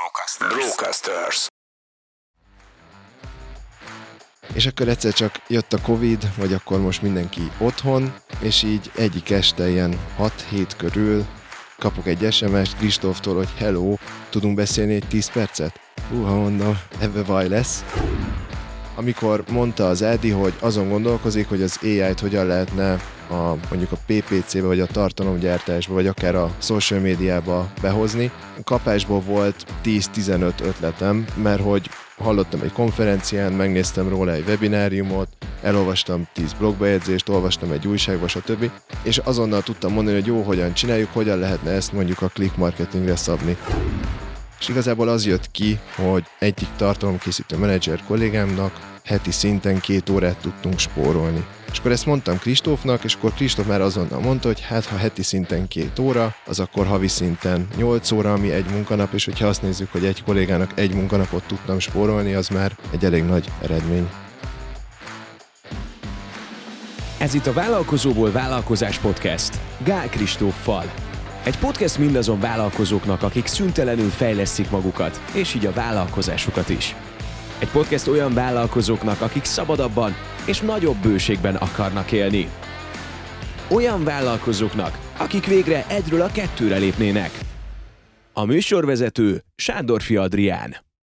Brocasters. És akkor egyszer csak jött a Covid, vagy akkor most mindenki otthon, és így egyik este ilyen 6-7 körül kapok egy SMS-t Kristóftól, hogy hello, tudunk beszélni egy 10 percet? Ha mondom, ebbe baj lesz. Amikor mondta az Ádi, hogy azon gondolkozik, hogy az AI-t hogyan lehetne mondjuk a PPC-be, vagy a tartalomgyártásba, vagy akár a social médiába behozni, kapásból volt 10-15 ötletem, mert hogy hallottam egy konferencián, megnéztem róla egy webináriumot, elolvastam 10 blogbejegyzést, olvastam egy újságba, stb. És azonnal tudtam mondani, hogy jó, hogyan csináljuk, hogyan lehetne ezt mondjuk a click marketingre szabni. És igazából az jött ki, hogy egyik tartalomkészítő menedzser kollégámnak heti szinten 2 órát tudtunk spórolni. És akkor ezt mondtam Kristófnak, és akkor Kristóf már azonnal mondta, hogy hát ha heti szinten 2 óra, az akkor havi szinten 8 óra, ami egy munkanap, és hogyha azt nézzük, hogy egy kollégának egy munkanapot tudtam spórolni, az már egy elég nagy eredmény. Ez itt a Vállalkozóból Vállalkozás Podcast Gál Kristóffal. Egy podcast mindazon vállalkozóknak, akik szüntelenül fejlesztik magukat, és így a vállalkozásukat is. Egy podcast olyan vállalkozóknak, akik szabadabban és nagyobb bőségben akarnak élni. Olyan vállalkozóknak, akik végre 1-ről 2-re lépnének. A műsorvezető Sándorfi Adrián.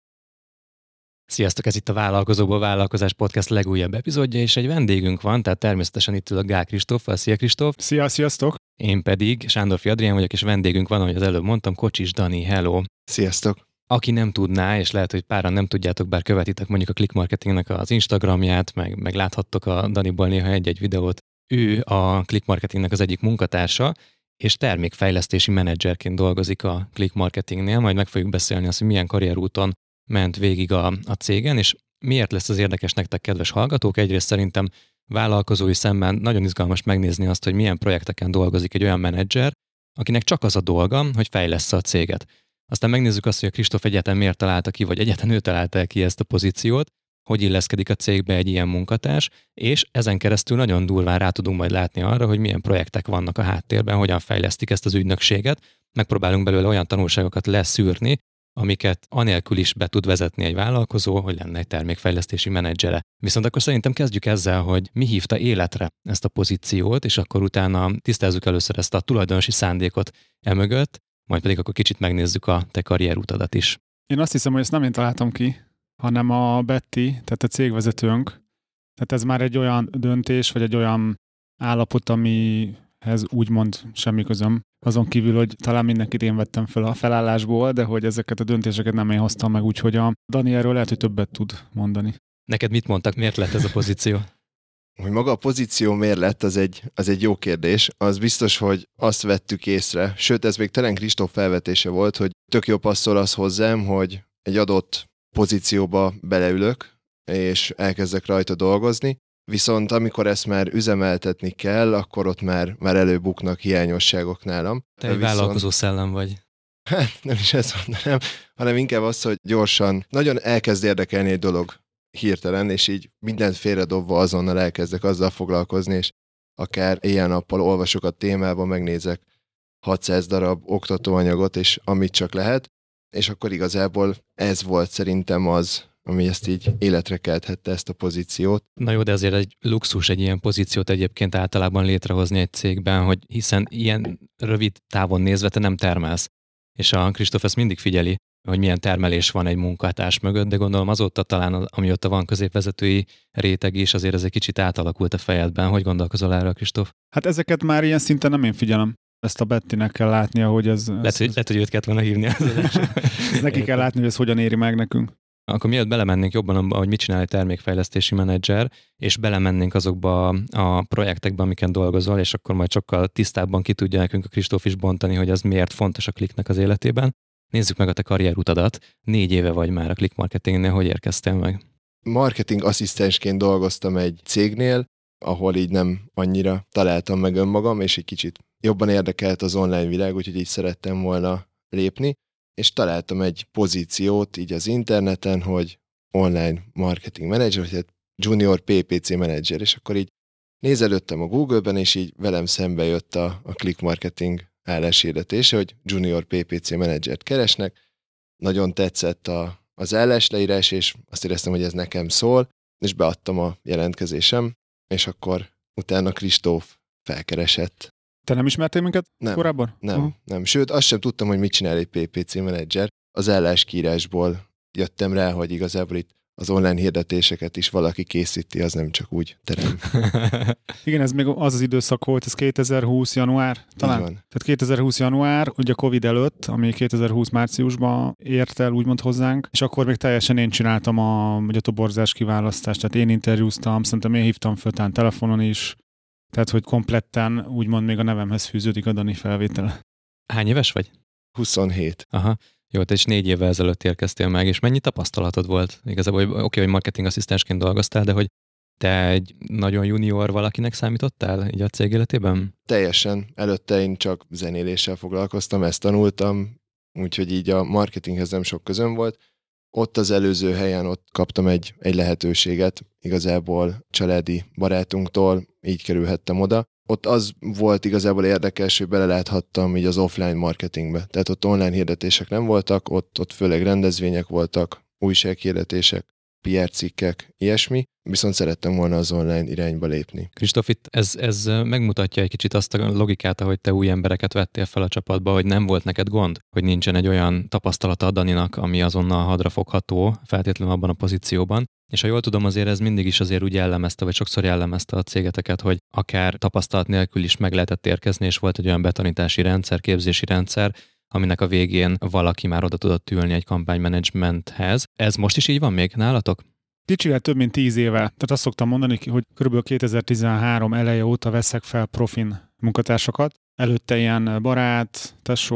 Sziasztok, ez itt a Vállalkozóból Vállalkozás Podcast legújabb epizódja, és egy vendégünk van, tehát természetesen itt ül a Gál Kristóffal. Szia Kristóf! Sziasztok! Én pedig Sándorfi Adrián vagyok, és vendégünk van, ahogy az előbb mondtam, Kocsis Dani, hello! Sziasztok! Aki nem tudná, és lehet, hogy páran nem tudjátok, bár követitek mondjuk a click marketingnek az Instagramját, meg láthattok a Daniból néha egy-egy videót, ő a click marketingnek az egyik munkatársa, és termékfejlesztési menedzserként dolgozik a click marketingnél, majd meg fogjuk beszélni azt, hogy milyen karrierúton ment végig a cégen, és miért lesz az érdekes nektek, kedves hallgatók? Egyrészt szerintem vállalkozói szemben nagyon izgalmas megnézni azt, hogy milyen projekteken dolgozik egy olyan menedzser, akinek csak az a dolga, hogy fejlessze a céget. Aztán megnézzük azt, hogy a Kristóf egyáltalán miért találta ki, vagy egyáltalán ő találta ki ezt a pozíciót, hogy illeszkedik a cégbe egy ilyen munkatárs, és ezen keresztül nagyon durván rá tudunk majd látni arra, hogy milyen projektek vannak a háttérben, hogyan fejlesztik ezt az ügynökséget. Megpróbálunk belőle olyan tanulságokat leszűrni, amiket anélkül is be tud vezetni egy vállalkozó, hogy lenne egy termékfejlesztési menedzsere. Viszont akkor szerintem kezdjük ezzel, hogy mi hívta életre ezt a pozíciót, és akkor utána tisztázzuk először ezt a tulajdonosi szándékot emögött, majd pedig akkor kicsit megnézzük a te karrierutadat is. Én azt hiszem, hogy ezt nem én találtam ki, hanem a Betty, tehát a cégvezetőnk. Tehát ez már egy olyan döntés, vagy egy olyan állapot, amihez úgymond semmi közöm. Azon kívül, hogy talán mindenkit én vettem fel a felállásból, de hogy ezeket a döntéseket nem én hoztam meg, úgyhogy a Dani erről lehet, hogy többet tud mondani. Neked mit mondtak, miért lett ez a pozíció? Hogy maga a pozíció miért lett, az egy jó kérdés. Az biztos, hogy azt vettük észre, sőt ez még talán Kristóf felvetése volt, hogy tök jó passzol az hozzám, hogy egy adott pozícióba beleülök, és elkezdek rajta dolgozni, viszont amikor ezt már üzemeltetni kell, akkor ott már előbuknak hiányosságok nálam. Te egy vállalkozó szellem vagy. Hát nem is ezt mondanám, hanem inkább az, hogy gyorsan, nagyon elkezd érdekelni egy dolog hirtelen, és így mindent félredobva azonnal elkezdek azzal foglalkozni, és akár éjjel-nappal olvasok a témában, megnézek 600 darab oktatóanyagot, és amit csak lehet, és akkor igazából ez volt szerintem az, ami ezt így életre kelthette ezt a pozíciót. Na jó, de azért egy luxus egy ilyen pozíciót egyébként általában létrehozni egy cégben, hogy hiszen ilyen rövid távon nézve te nem termelsz. És a Kristóf ezt mindig figyeli, hogy milyen termelés van egy munkatárs mögött, de gondolom azóta talán, amióta van középvezetői réteg is, azért ez egy kicsit átalakult a fejedben. Hogy gondolkozol erről, Kristóf? Hát ezeket már ilyen szinten nem én figyelem. Ezt a Bettinek kell látnia, hogy ez... Lehet, hogy őt kellett volna hívni. Neki kell látni, hogy ez hogyan éri meg nekünk. Akkor mielőtt belemennénk jobban abba, hogy mit csinál egy termékfejlesztési menedzser, és belemennénk azokba a projektekbe, amiken dolgozol, és akkor majd sokkal tisztábban ki tudja nekünk a Kristóf is bontani, hogy az miért fontos a Clicknek az életében. Nézzük meg a te karrierutadat. 4 éve vagy már a Click Marketingnél, hogy érkeztél meg? Marketing asszisztensként dolgoztam egy cégnél, ahol így nem annyira találtam meg önmagam, és egy kicsit jobban érdekelt az online világ, úgyhogy így szerettem volna lépni, és találtam egy pozíciót így az interneten, hogy online marketing manager, vagy junior PPC manager, és akkor így nézelődtem a Google-ben, és így velem szembe jött a Click Marketing álláshirdetése, hogy junior PPC menedzsert keresnek, nagyon tetszett az állásleírás, és azt éreztem, hogy ez nekem szól, és beadtam a jelentkezésem, és akkor utána Kristóf felkeresett. Te nem ismertél minket korábban? Nem. Sőt, azt sem tudtam, hogy mit csinál egy PPC menedzser. Az álláskiírásból jöttem rá, hogy igazából itt az online hirdetéseket is valaki készíti, az nem csak úgy terem. Igen, ez még az időszak volt, ez 2020 január talán? Tehát 2020 január, ugye a Covid előtt, ami 2020 márciusban ért el úgymond hozzánk, és akkor még teljesen én csináltam a toborzás kiválasztást, tehát én interjúztam, szerintem én hívtam föl talán telefonon is, tehát hogy kompletten úgymond még a nevemhez fűződik a Dani felvétel. Hány éves vagy? 27. Aha. Jó, te is 4 évvel ezelőtt érkeztél meg, és mennyi tapasztalatod volt? Igazából, hogy oké, hogy marketing asszisztensként dolgoztál, de hogy te egy nagyon junior valakinek számítottál így a cég életében? Teljesen. Előtte én csak zenéléssel foglalkoztam, ezt tanultam, úgyhogy így a marketinghez nem sok közöm volt. Ott az előző helyen ott kaptam egy lehetőséget, igazából családi barátunktól, így kerülhettem oda. Ott az volt igazából érdekes, hogy beleláthattam így az offline marketingbe. Tehát ott online hirdetések nem voltak, ott főleg rendezvények voltak, újsághirdetések, PR cikkek, ilyesmi, viszont szerettem volna az online irányba lépni. Kristóf, itt ez megmutatja egy kicsit azt a logikát, ahogy te új embereket vettél fel a csapatba, hogy nem volt neked gond, hogy nincsen egy olyan tapasztalata a Daninak, ami azonnal hadrafogható, feltétlenül abban a pozícióban. És ha jól tudom, azért ez mindig is azért úgy jellemezte, vagy sokszor jellemezte a cégeteket, hogy akár tapasztalat nélkül is meg lehetett érkezni, és volt egy olyan betanítási rendszer, képzési rendszer, aminek a végén valaki már oda tudott ülni egy kampánymenedzsmenthez. Ez most is így van még nálatok? Kicsivel több mint 10 éve. Tehát azt szoktam mondani, hogy kb. 2013 eleje óta veszek fel profin munkatársakat. Előtte ilyen barát,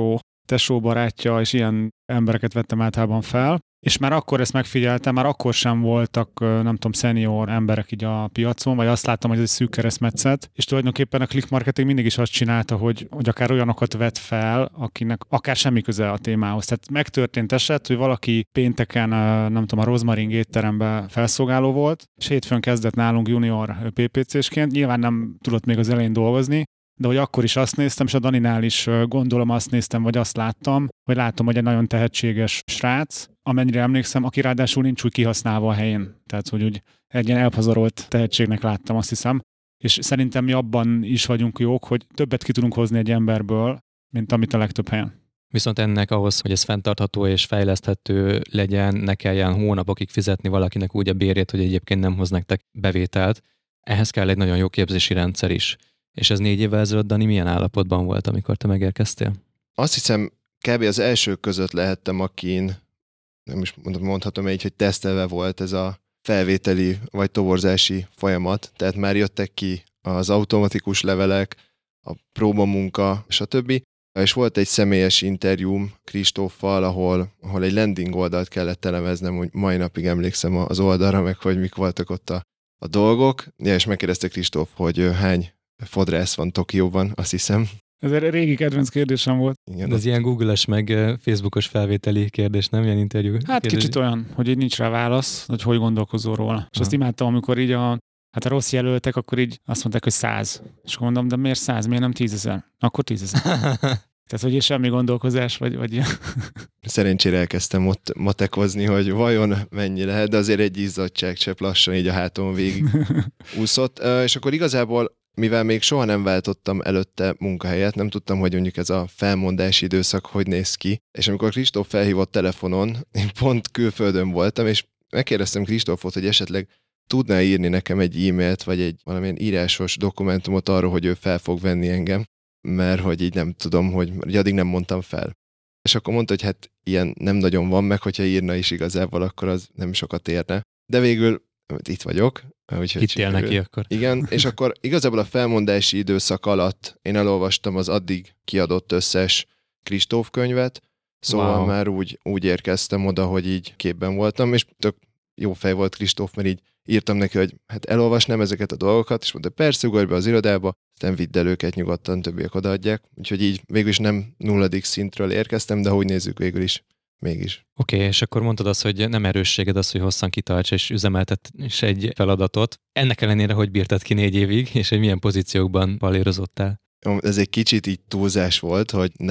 tesó barátja, és ilyen embereket vettem általában fel. És már akkor ezt megfigyeltem, már akkor sem voltak, nem tudom, senior emberek így a piacon, vagy azt láttam, hogy ez egy szűk keresztmetszet, és tulajdonképpen a click marketing mindig is azt csinálta, hogy akár olyanokat vett fel, akinek akár semmi köze a témához. Tehát megtörtént eset, hogy valaki pénteken, nem tudom, a Rozmaring étteremben felszolgáló volt, és hétfőn kezdett nálunk junior PPC-sként, nyilván nem tudott még az elején dolgozni, de hogy akkor is azt néztem, és a Daninál is gondolom azt néztem, vagy azt láttam, hogy látom, hogy egy nagyon tehetséges srác, amennyire emlékszem, aki ráadásul nincs úgy kihasználva a helyén. Tehát, hogy úgy egy ilyen elpazarolt tehetségnek láttam, azt hiszem. És szerintem mi abban is vagyunk jók, hogy többet ki tudunk hozni egy emberből, mint amit a legtöbb helyen. Viszont ennek ahhoz, hogy ez fenntartható és fejleszthető legyen, ne kelljen hónapokig fizetni valakinek úgy a bérét, hogy egyébként nem hoz nektek bevételt. Ehhez kell egy nagyon jó képzési rendszer is. És ez 4 évvel ezelőtt, Dani, milyen állapotban volt, amikor te megérkeztél? Azt hiszem, kb. Az elsők között lehettem, akin, nem is mondhatom így, hogy tesztelve volt ez a felvételi vagy toborzási folyamat, tehát már jöttek ki az automatikus levelek, a próbamunka, stb. És volt egy személyes interjúm Kristóffal, ahol egy landing oldalt kellett elemeznem, hogy mai napig emlékszem az oldalra, meg hogy mik voltak ott a dolgok. Ja, és megkérdezte Kristóf, hogy hány fodrász van Tokióban, azt hiszem. Ez egy régi kedvenc kérdésem volt. Igen, de ez ilyen Google-es, meg Facebookos felvételi kérdés, nem ilyen interjú? Hát kérdés. Kicsit olyan, hogy így nincs rá válasz, hogy gondolkozol róla. És azt imádtam, amikor így a rossz jelöltek, akkor így azt mondták, hogy 100. És akkor mondom, de miért 100? Miért nem 10 000? Akkor 10 000. Tehát, hogy semmi gondolkozás, vagy ilyen. Szerencsére elkezdtem ott matekozni, hogy vajon mennyi lehet, de azért egy izzadságcsepp lassan így a háton végig úszott. És akkor igazából, mivel még soha nem váltottam előtte munkahelyet, nem tudtam, hogy mondjuk ez a felmondási időszak hogy néz ki. És amikor Kristóf felhívott telefonon, én pont külföldön voltam, és megkérdeztem Kristófot, hogy esetleg tudná írni nekem egy e-mailt, vagy egy valamilyen írásos dokumentumot arról, hogy ő fel fog venni engem, mert hogy így nem tudom, hogy addig nem mondtam fel. És akkor mondta, hogy hát ilyen nem nagyon van, meg hogyha írna is igazából, akkor az nem sokat érne. De végül itt vagyok. Hittél neki akkor. Igen, és akkor igazából a felmondási időszak alatt én elolvastam az addig kiadott összes Kristóf könyvet, szóval már úgy érkeztem oda, hogy így képben voltam, és tök jó fej volt Kristóf, mert így írtam neki, hogy hát elolvasnám ezeket a dolgokat, és mondta, persze, ugorj be az irodába, aztán vidd el őket, nyugodtan többiek odaadják. Úgyhogy így végül is nem 0. szintről érkeztem, de ahogy nézzük végül is, mégis. Oké, és akkor mondtad azt, hogy nem erősséged az, hogy hosszan kitarts és üzemeltetsz egy feladatot. Ennek ellenére, hogy bírtad ki 4 évig, és hogy milyen pozíciókban palérozottál? Ez egy kicsit így túlzás volt, hogy nem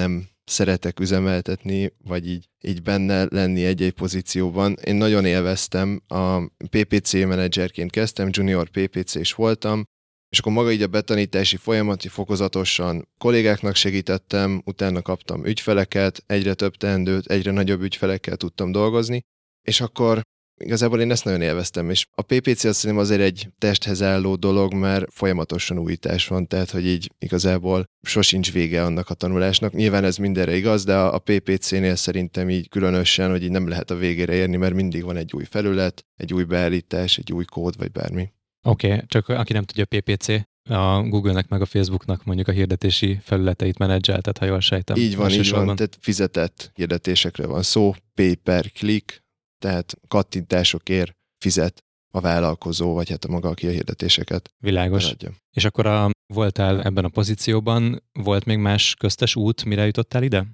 szeretek üzemeltetni, vagy így benne lenni egy-egy pozícióban. Én nagyon élveztem, a PPC menedzserként kezdtem, junior PPC is voltam, és akkor maga így a betanítási folyamat, fokozatosan kollégáknak segítettem, utána kaptam ügyfeleket, egyre több teendőt, egyre nagyobb ügyfelekkel tudtam dolgozni, és akkor igazából én ezt nagyon élveztem, és a PPC azt szerintem azért egy testhez álló dolog, mert folyamatosan újítás van, tehát hogy így igazából sosincs vége annak a tanulásnak. Nyilván ez mindenre igaz, de a PPC-nél szerintem így különösen, hogy így nem lehet a végére érni, mert mindig van egy új felület, egy új beállítás, egy új kód, vagy bármi. Oké, csak aki nem tudja, PPC, a Google-nek meg a Facebook-nak mondjuk a hirdetési felületeit menedzseltet, ha jól sejtem. Így van, tehát fizetett hirdetésekre van szó, pay per click, tehát kattintásokért fizet a vállalkozó, vagy hát a maga, aki a hirdetéseket Világos. eladja. És akkor voltál ebben a pozícióban, volt még más köztes út, mire jutottál ide?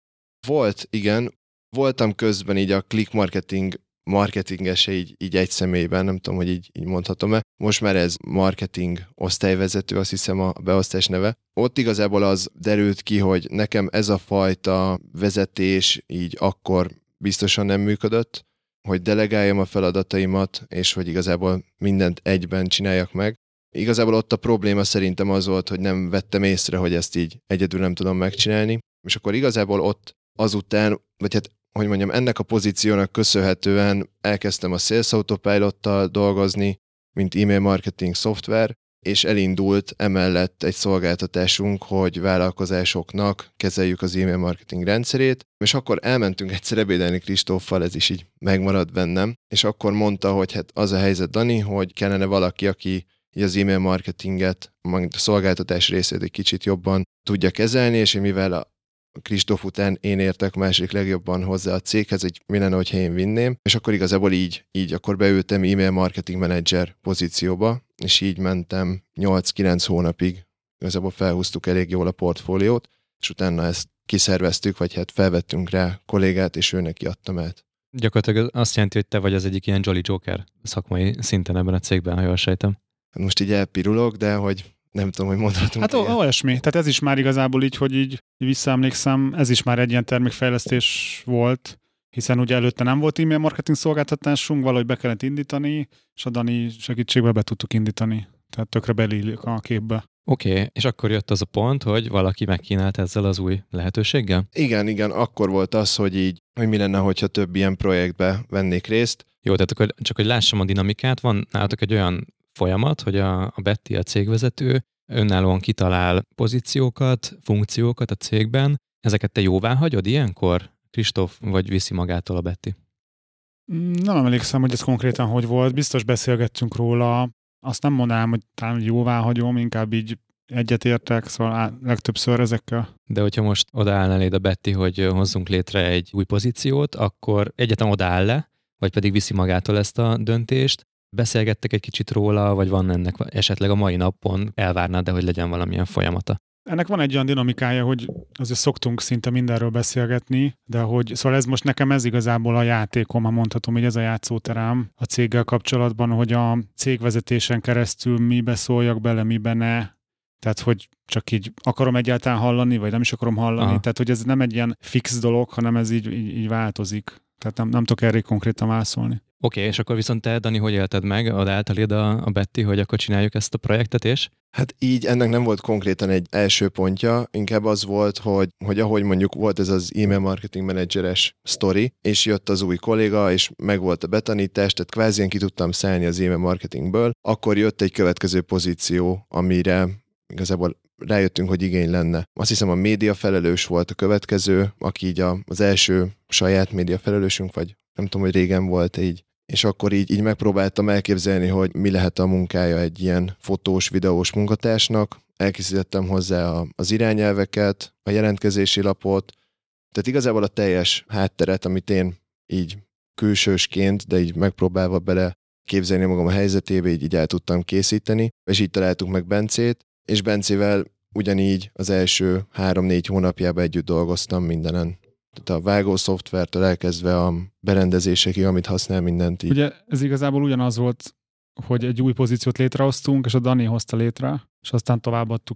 Volt, igen. Voltam közben így a click marketingese így egy személyben, nem tudom, hogy így mondhatom-e. Most már ez marketing osztályvezető, azt hiszem a beosztás neve. Ott igazából az derült ki, hogy nekem ez a fajta vezetés így akkor biztosan nem működött, hogy delegáljam a feladataimat, és hogy igazából mindent egyben csináljak meg. Igazából ott a probléma szerintem az volt, hogy nem vettem észre, hogy ezt így egyedül nem tudom megcsinálni, és akkor igazából ott azután, vagy hát hogy mondjam, ennek a pozíciónak köszönhetően elkezdtem a Sales Autopilottal dolgozni, mint e-mail marketing szoftver, és elindult emellett egy szolgáltatásunk, hogy vállalkozásoknak kezeljük az e-mail marketing rendszerét, és akkor elmentünk egyszer ebédelni Kristóffal, ez is így megmaradt bennem, és akkor mondta, hogy hát az a helyzet, Dani, hogy kellene valaki, aki így az e-mail marketinget, a szolgáltatás részét egy kicsit jobban tudja kezelni, és mivel a Kristóf után én értek másik legjobban hozzá a céghez, hogy mi lenne, hogyha én vinném, és akkor igazából így akkor beültem e-mail marketing manager pozícióba, és így mentem 8-9 hónapig, igazából felhúztuk elég jól a portfóliót, és utána ezt kiszerveztük, vagy hát felvettünk rá kollégát, és ő neki adtam át. Gyakorlatilag azt jelenti, hogy te vagy az egyik ilyen Jolly Joker szakmai szinten ebben a cégben, ha jól sejtem. Most így elpirulok, de hogy nem tudom, hogy mondhatunk. Hát olyasmi. Tehát ez is már igazából így, hogy így visszaemlékszem, ez is már egy ilyen termékfejlesztés volt, hiszen ugye előtte nem volt e-mail marketing szolgáltatásunk, valahogy be kellett indítani, és a Dani segítségbe be tudtuk indítani. Tehát tökre belillik a képbe. Oké, és akkor jött az a pont, hogy valaki megkínált ezzel az új lehetőséggel? Igen, akkor volt az, hogy mi lenne, hogyha több ilyen projektbe vennék részt. Jó, tehát akkor csak hogy lássam a dinamikát, van nálatok egy olyan folyamat, hogy a Betty, a cégvezető önállóan kitalál pozíciókat, funkciókat a cégben. Ezeket te jóvá hagyod ilyenkor, Kristóf, vagy viszi magától a Betty? Nem emlékszem, hogy ez konkrétan hogy volt. Biztos beszélgettünk róla. Azt nem mondanám, hogy talán jóvá hagyom, inkább így egyetértek, szóval legtöbbször ezekkel. De hogyha most odaáll eléd a Betty, hogy hozzunk létre egy új pozíciót, akkor egyetem odaáll le, vagy pedig viszi magától ezt a döntést, beszélgettek egy kicsit róla, vagy van ennek esetleg a mai napon elvárnád, de hogy legyen valamilyen folyamata? Ennek van egy olyan dinamikája, hogy azért szoktunk szinte mindenről beszélgetni, de hogy, szóval ez most nekem ez igazából a játékom, ha mondhatom, hogy ez a játszóterem a céggel kapcsolatban, hogy a cégvezetésen keresztül mibe szóljak bele, mibe ne. Tehát, hogy csak így akarom egyáltalán hallani, vagy nem is akarom hallani. Aha. Tehát, hogy ez nem egy ilyen fix dolog, hanem ez így változik. Tehát nem tudok erre konkrétan válaszolni. Oké, és akkor viszont te, Dani, hogy élted meg? Odaállt eléd a Betty, hogy akkor csináljuk ezt a projektet, és? Hát így ennek nem volt konkrétan egy első pontja, inkább az volt, hogy ahogy mondjuk volt ez az e-mail marketing menedzseres sztori, és jött az új kolléga, és meg volt a betanítás, tehát kvázi ki tudtam szállni az e-mail marketingből, akkor jött egy következő pozíció, amire igazából rájöttünk, hogy igény lenne. Azt hiszem a média felelős volt a következő, aki így az első saját média felelősünk, vagy nem tudom, hogy régen volt így. És akkor így megpróbáltam elképzelni, hogy mi lehet a munkája egy ilyen fotós, videós munkatársnak. Elkészítettem hozzá az irányelveket, a jelentkezési lapot, tehát igazából a teljes hátteret, amit én így külsősként, de így megpróbálva bele képzelni magam a helyzetébe, így el tudtam készíteni, és így találtuk meg Bencét, és Bencével ugyanígy az első 3-4 hónapjában együtt dolgoztam mindenen. Tehát a vágó szoftvertől elkezdve a berendezésekig, amit használ, mindent így. Ugye ez igazából ugyanaz volt, hogy egy új pozíciót létrehoztunk, és a Dani hozta létre, és aztán továbbadtuk egy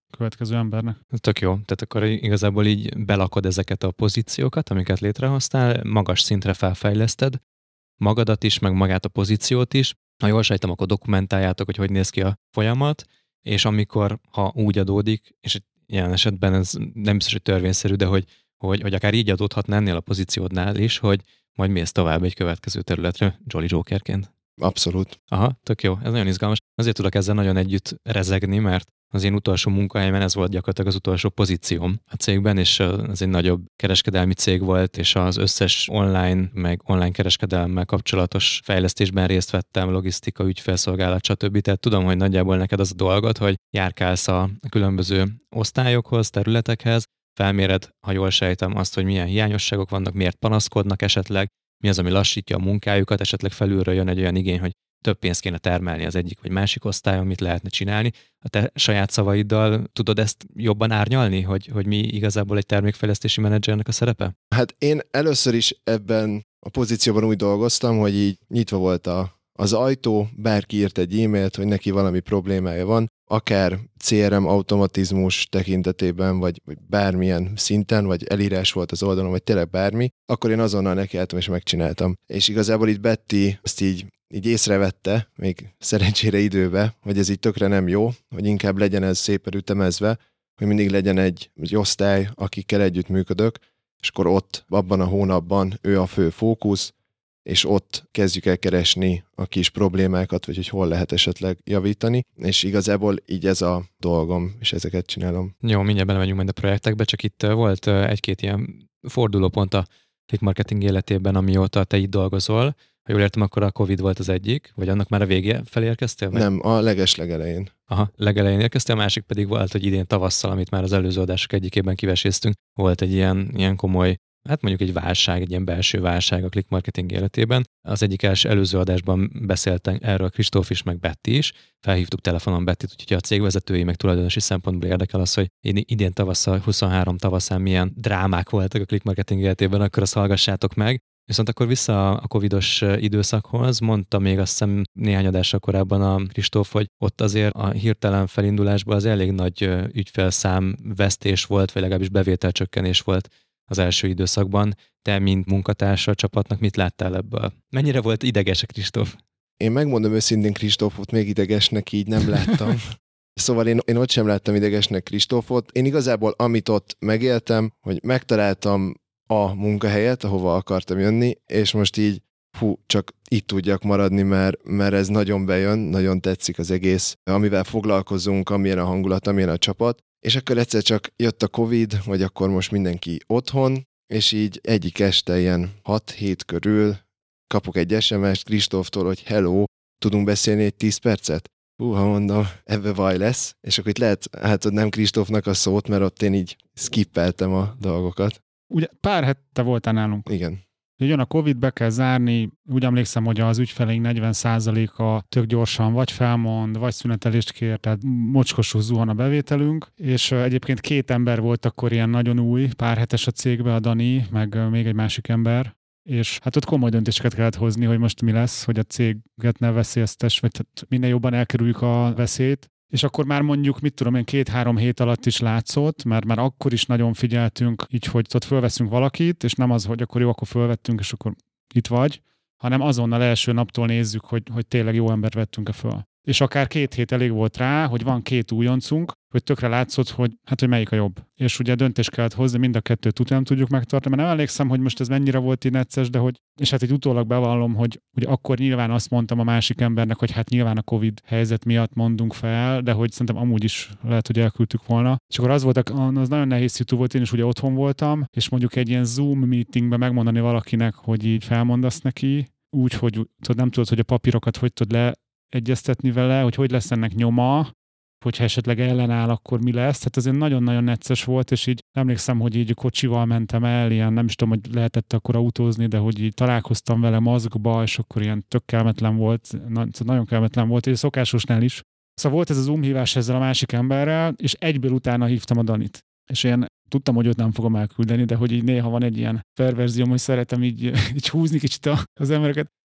következő embernek. Tök jó. Tehát akkor igazából így belakod ezeket a pozíciókat, amiket létrehoztál, magas szintre felfejleszted magadat is, meg magát a pozíciót is. Ha jól sejtem, akkor dokumentáljátok, hogy néz ki a folyamat, és amikor, ha úgy adódik, és ilyen esetben ez nem biztos, hogy törvényszerű, de hogy akár így adódhatna ennél a pozíciódnál is, hogy majd mész tovább egy következő területre Jolly Jokerként. Abszolút. Aha, tök jó. Ez nagyon izgalmas. Azért tudok ezzel nagyon együtt rezegni, mert az én utolsó munkahelyemen ez volt gyakorlatilag az utolsó pozícióm a cégben, és ez egy nagyobb kereskedelmi cég volt, és az összes online, meg online kereskedelemmel kapcsolatos fejlesztésben részt vettem, logisztika, ügyfélszolgálat, stb. Tehát tudom, hogy nagyjából neked az a dolgod, hogy járkálsz a különböző osztályokhoz, területekhez, felméred, ha jól sejtem, azt, hogy milyen hiányosságok vannak, miért panaszkodnak esetleg, mi az, ami lassítja a munkájukat, esetleg felülről jön egy olyan igény, hogy több pénzt kéne termelni az egyik vagy másik osztályon, mit lehetne csinálni. A te saját szavaiddal tudod ezt jobban árnyalni, hogy mi igazából egy termékfejlesztési menedzsernek a szerepe? Hát én először is ebben a pozícióban úgy dolgoztam, hogy így nyitva volt az ajtó, bárki írt egy e-mailt, hogy neki valami problémája van, akár CRM automatizmus tekintetében, vagy bármilyen szinten, vagy elírás volt az oldalon, vagy tényleg bármi, akkor én azonnal nekiálltam és megcsináltam. És igazából itt Betty azt így észrevette, még szerencsére időbe, hogy ez így tökre nem jó, hogy inkább legyen ez szépen ütemezve, hogy mindig legyen egy osztály, akikkel együtt működök, és akkor ott, abban a hónapban ő a fő fókusz, és ott kezdjük el keresni a kis problémákat, vagy hogy hol lehet esetleg javítani, és igazából így ez a dolgom, és ezeket csinálom. Jó, mindjárt belemegyünk majd a projektekbe, csak itt volt egy-két ilyen fordulópont a click marketing életében, amióta te itt dolgozol. Ha jól értem, akkor a Covid volt az egyik, vagy annak már a végé felé érkeztél? Vagy? Nem, a legelején. Aha, legelején érkeztél, a másik pedig volt, hogy idén tavasszal, amit már az előző adások egyikében kiveséztünk, volt egy ilyen komoly, hát mondjuk egy válság, egy ilyen belső válság a click marketing életében. Az egyik előző adásban beszéltünk erről Kristóf is, meg Betty is. Felhívtuk telefonon Bettyt, úgyhogy a cégvezetői, meg tulajdonosi szempontból érdekel az, hogy idén tavasszal, 23 tavaszán milyen drámák voltak a click marketing életében, akkor azt hallgassátok meg. Viszont akkor vissza a covidos időszakhoz, mondta még azt hiszem néhány adással korábban a Kristóf, hogy ott azért a hirtelen felindulásban az elég nagy ügyfélszám vesztés volt, vagy legalábbis bevételcsökkenés volt az első időszakban. Te, mint munkatársa a csapatnak, mit láttál ebből? Mennyire volt ideges a Kristóf? Én megmondom őszintén, Kristófot még idegesnek így nem láttam. Szóval én ott sem láttam idegesnek Kristófot. Én igazából, amit ott megéltem, hogy megtaláltam a munkahelyet, ahova akartam jönni, és most így csak itt tudjak maradni, mert ez nagyon bejön, nagyon tetszik az egész, amivel foglalkozunk, amilyen a hangulat, amilyen a csapat, és akkor egyszer csak jött a Covid, vagy akkor most mindenki otthon, és így egyik este ilyen 6-7 körül kapok egy SMS-t Kristóftól, hogy hello, tudunk beszélni egy 10 percet? Ha mondom, ebbe baj lesz, és akkor itt lehet átadni nem Kristófnak a szót, mert ott én így skippeltem a dolgokat. Ugye pár hete voltál nálunk. Igen. Jön a Covid, be kell zárni, úgy emlékszem, hogy az ügyfeleink 40%-a tök gyorsan vagy felmond, vagy szünetelést kér, tehát mocskosul zuhan a bevételünk, és egyébként 2 ember volt akkor ilyen nagyon új, pár hetes a cégbe, a Dani, meg még egy másik ember, és hát ott komoly döntéseket kellett hozni, hogy most mi lesz, hogy a céget ne veszélyeztes, vagy minél jobban elkerüljük a veszélyt. És akkor már mondjuk, 2-3 hét alatt is látszott, mert már akkor is nagyon figyeltünk, így, hogy ott fölveszünk valakit, és nem az, hogy akkor jó, akkor fölvettünk, és akkor itt vagy, hanem azonnal első naptól nézzük, hogy tényleg jó embert vettünk-e föl. És akár 2 hét elég volt rá, hogy van 2 újoncunk, hogy tökre látszott, hogy melyik a jobb. És ugye döntést kellett hozni, mind a 2-t nem tudjuk megtartani, mert nem emlékszem, hogy most ez mennyire volt így necces, de és hát így utólag bevallom, hogy akkor nyilván azt mondtam a másik embernek, hogy hát nyilván a Covid helyzet miatt mondunk fel, de hogy szerintem amúgy is lehet, hogy elküldtük volna. És akkor az nagyon nehéz szitu volt, én is ugye otthon voltam, és mondjuk egy ilyen Zoom meetingben megmondani valakinek, hogy így felmondasz neki, úgy, hogy nem tudod, hogy a papírokat hogy tudod leegyeztetni vele, hogy lesz ennek nyoma, hogyha esetleg ellenáll, akkor mi lesz. Tehát azért nagyon-nagyon necces volt, és így emlékszem, hogy így kocsival mentem el, ilyen nem is tudom, hogy lehetett akkor autózni, de hogy így találkoztam vele maszkba, és akkor ilyen tök kellemetlen volt, nagyon kellemetlen volt, és szokásosnál is. Szóval volt ez a Zoom hívás ezzel a másik emberrel, és egyből utána hívtam a Danit. És én tudtam, hogy őt nem fogom elküldeni, de hogy így néha van egy ilyen perverzióm, hogy szeretem így húzni kicsit az embereket.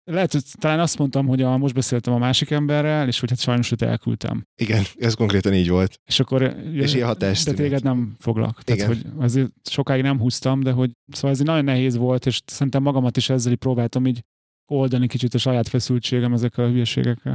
Lehet, hogy talán azt mondtam, hogy most beszéltem a másik emberrel, és hogy hát sajnos őt elküldtem. Igen, ez konkrétan így volt. És akkor És ilyen hatás. de téged nem foglak. Tehát, hogy azért sokáig nem húztam, de hogy szóval ez nagyon nehéz volt, és szerintem magamat is ezzel így próbáltam így oldani kicsit a saját feszültségem ezekkel a hülyeségekkel.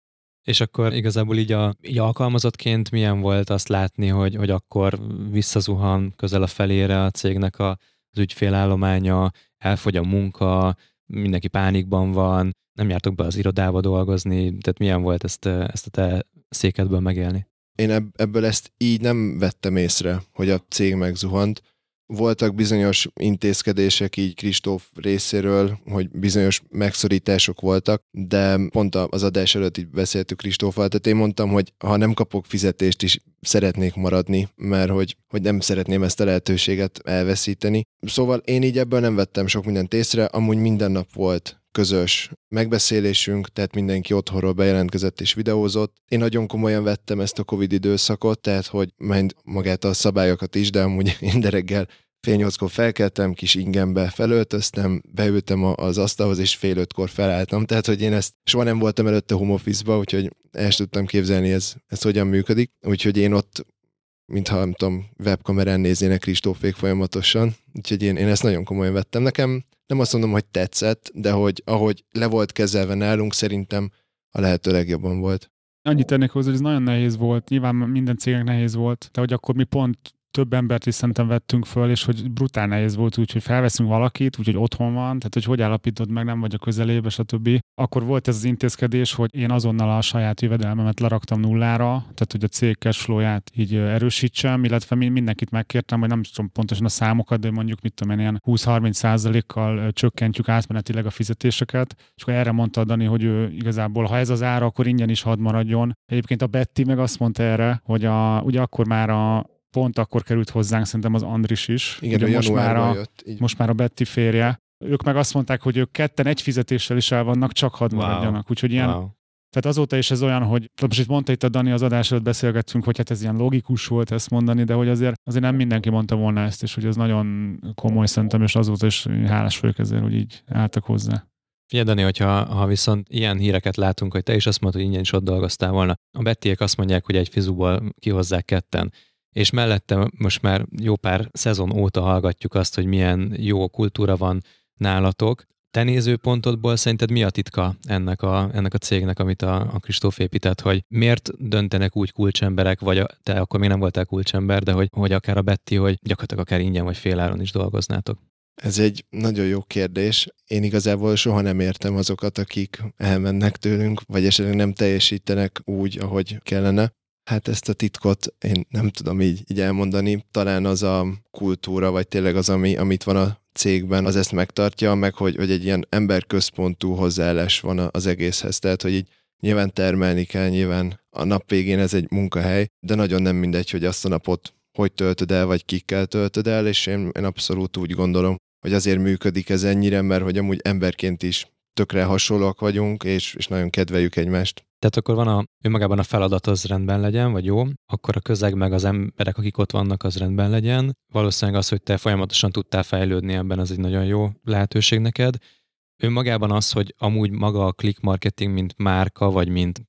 És akkor igazából így alkalmazottként milyen volt azt látni, hogy akkor visszazuhan közel a felére a cégnek az ügyfélállománya, elfogy a munka, mindenki pánikban van, nem jártok be az irodába dolgozni, tehát milyen volt ezt a te székedből megélni? Én ebből ezt így nem vettem észre, hogy a cég megzuhant. Voltak bizonyos intézkedések így Kristóf részéről, hogy bizonyos megszorítások voltak, de pont az adás előtt így beszéltük Kristóffal, tehát én mondtam, hogy ha nem kapok fizetést is szeretnék maradni, mert hogy nem szeretném ezt a lehetőséget elveszíteni. Szóval én így ebből nem vettem sok mindent észre, amúgy minden nap volt közös megbeszélésünk, tehát mindenki otthonról bejelentkezett és videózott. Én nagyon komolyan vettem ezt a Covid időszakot, tehát hogy magát a szabályokat is, de amúgy én reggel 7:30-kor felkeltem, kis ingembe felöltöztem, beültem az asztalhoz, és 4:30-kor felálltam. Tehát, hogy én ezt soha nem voltam előtte home office-ba, úgyhogy el is tudtam képzelni, ez hogyan működik. Úgyhogy én ott, mintha nem tudom, webkamerán néznének Kristófék folyamatosan. Úgyhogy én ezt nagyon komolyan vettem. Nekem nem azt mondom, hogy tetszett, de hogy ahogy le volt kezelve nálunk, szerintem a lehető legjobban volt. Annyit tennék hozzá, hogy ez nagyon nehéz volt. Nyilván minden cégnek nehéz volt, de hogy akkor mi pont több embert is szerintem vettünk föl, és hogy brutál nehéz volt úgy, hogy felveszünk valakit, úgyhogy otthon van, tehát hogy állapítod meg, nem vagy a közelébe, stb. Akkor volt ez az intézkedés, hogy én azonnal a saját jövedelmemet leraktam nullára, tehát hogy a cég cashflow-ját így erősítsem, illetve mindenkit megkértem, hogy nem tudom pontosan a számokat, de mondjuk mit tudom én, ilyen 20-30%-kal csökkentjük átmenetileg a fizetéseket, és akkor erre mondta Dani, hogy ő igazából, ha ez az ára, akkor ingyen is hadd maradjon. Egyébként a Betty meg azt mondta erre, hogy ugye akkor már pont akkor került hozzánk szerintem az Andris is. Igen, ugye jött. Most már a Betty férje. Ők meg azt mondták, hogy ők ketten egy fizetéssel is el vannak, csak hadd maradjanak. Úgyhogy ilyen, tehát azóta is ez olyan, hogy most itt mondta itt a Dani az adás előtt beszélgettünk, hogy hát ez ilyen logikus volt ezt mondani, de hogy azért nem mindenki mondta volna ezt, és hogy ez nagyon komoly szerintem, és azóta is hálás vagyok ezért, hogy így álltak hozzá. Figyelj, Dani, hogyha viszont ilyen híreket látunk, hogy te is azt mondod, hogy ingyen is ott dolgoztál volna, a Bettyek azt mondják, hogy egy fizuból kihozzák ketten, és mellette most már jó pár szezon óta hallgatjuk azt, hogy milyen jó kultúra van nálatok. Te nézőpontodból szerinted mi a titka ennek a cégnek, amit a Kristóf épített, hogy miért döntenek úgy kulcsemberek, vagy te akkor még nem voltál kulcsember, de hogy akár a Betty, hogy gyakorlatilag akár ingyen vagy féláron is dolgoznátok? Ez egy nagyon jó kérdés. Én igazából soha nem értem azokat, akik elmennek tőlünk, vagy esetleg nem teljesítenek úgy, ahogy kellene. Hát ezt a titkot én nem tudom így elmondani. Talán az a kultúra, vagy tényleg az, amit van a cégben, az ezt megtartja, meg hogy egy ilyen emberközpontú hozzáállás van az egészhez. Tehát, hogy így nyilván termelni kell, nyilván a nap végén ez egy munkahely, de nagyon nem mindegy, hogy azt a napot hogy töltöd el, vagy kikkel töltöd el, és én abszolút úgy gondolom, hogy azért működik ez ennyire, mert hogy amúgy emberként is tökre hasonlóak vagyunk, és nagyon kedveljük egymást. Tehát akkor van önmagában a feladat az rendben legyen, vagy jó, akkor a közeg meg az emberek, akik ott vannak, az rendben legyen. Valószínűleg az, hogy te folyamatosan tudtál fejlődni ebben, az egy nagyon jó lehetőség neked. Önmagában az, hogy amúgy maga a click marketing, mint márka, vagy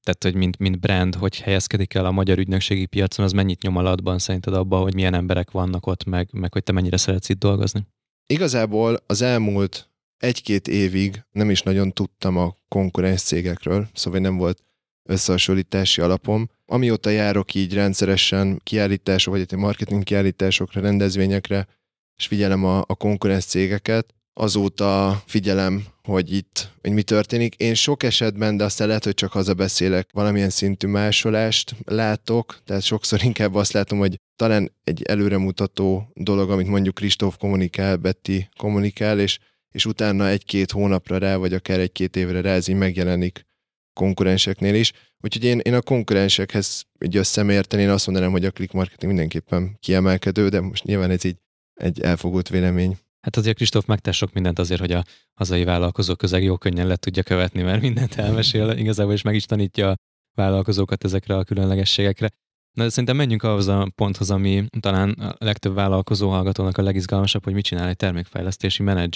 mint brand, hogy helyezkedik el a magyar ügynökségi piacon, az mennyit nyom alatban szerinted abban, hogy milyen emberek vannak ott, meg hogy te mennyire szeretsz itt dolgozni? Igazából az elmúlt 1-2 évig nem is nagyon tudtam a konkurens cégekről, szóval nem volt összehasonlítási alapom. Amióta járok így rendszeresen kiállítások, vagy marketing kiállításokra, rendezvényekre, és figyelem a konkurens cégeket, azóta figyelem, hogy mi történik. Én sok esetben, de aztán lehet, hogy csak hazabeszélek, valamilyen szintű másolást látok, tehát sokszor inkább azt látom, hogy talán egy előremutató dolog, amit mondjuk Kristóf kommunikál, Betty kommunikál, és utána 1-2 hónapra rá, vagy akár 1-2 évre rá ez így megjelenik konkurenseknél is. Úgyhogy én a konkurensekhez így összemérteni, én azt mondanám, hogy a click marketing mindenképpen kiemelkedő, de most nyilván ez így egy elfogult vélemény. Hát azért Kristóf megtesz sok mindent azért, hogy a hazai vállalkozó közeg jó könnyen le tudja követni, mert mindent elmesél igazából, és meg is tanítja a vállalkozókat ezekre a különlegességekre. Na, de szerintem menjünk ahhoz a ponthoz, ami talán a legtöbb vállalkozó hallgatónak a legizgalmasabb, hogy mit csinál egy termékfejlesztési menedzser.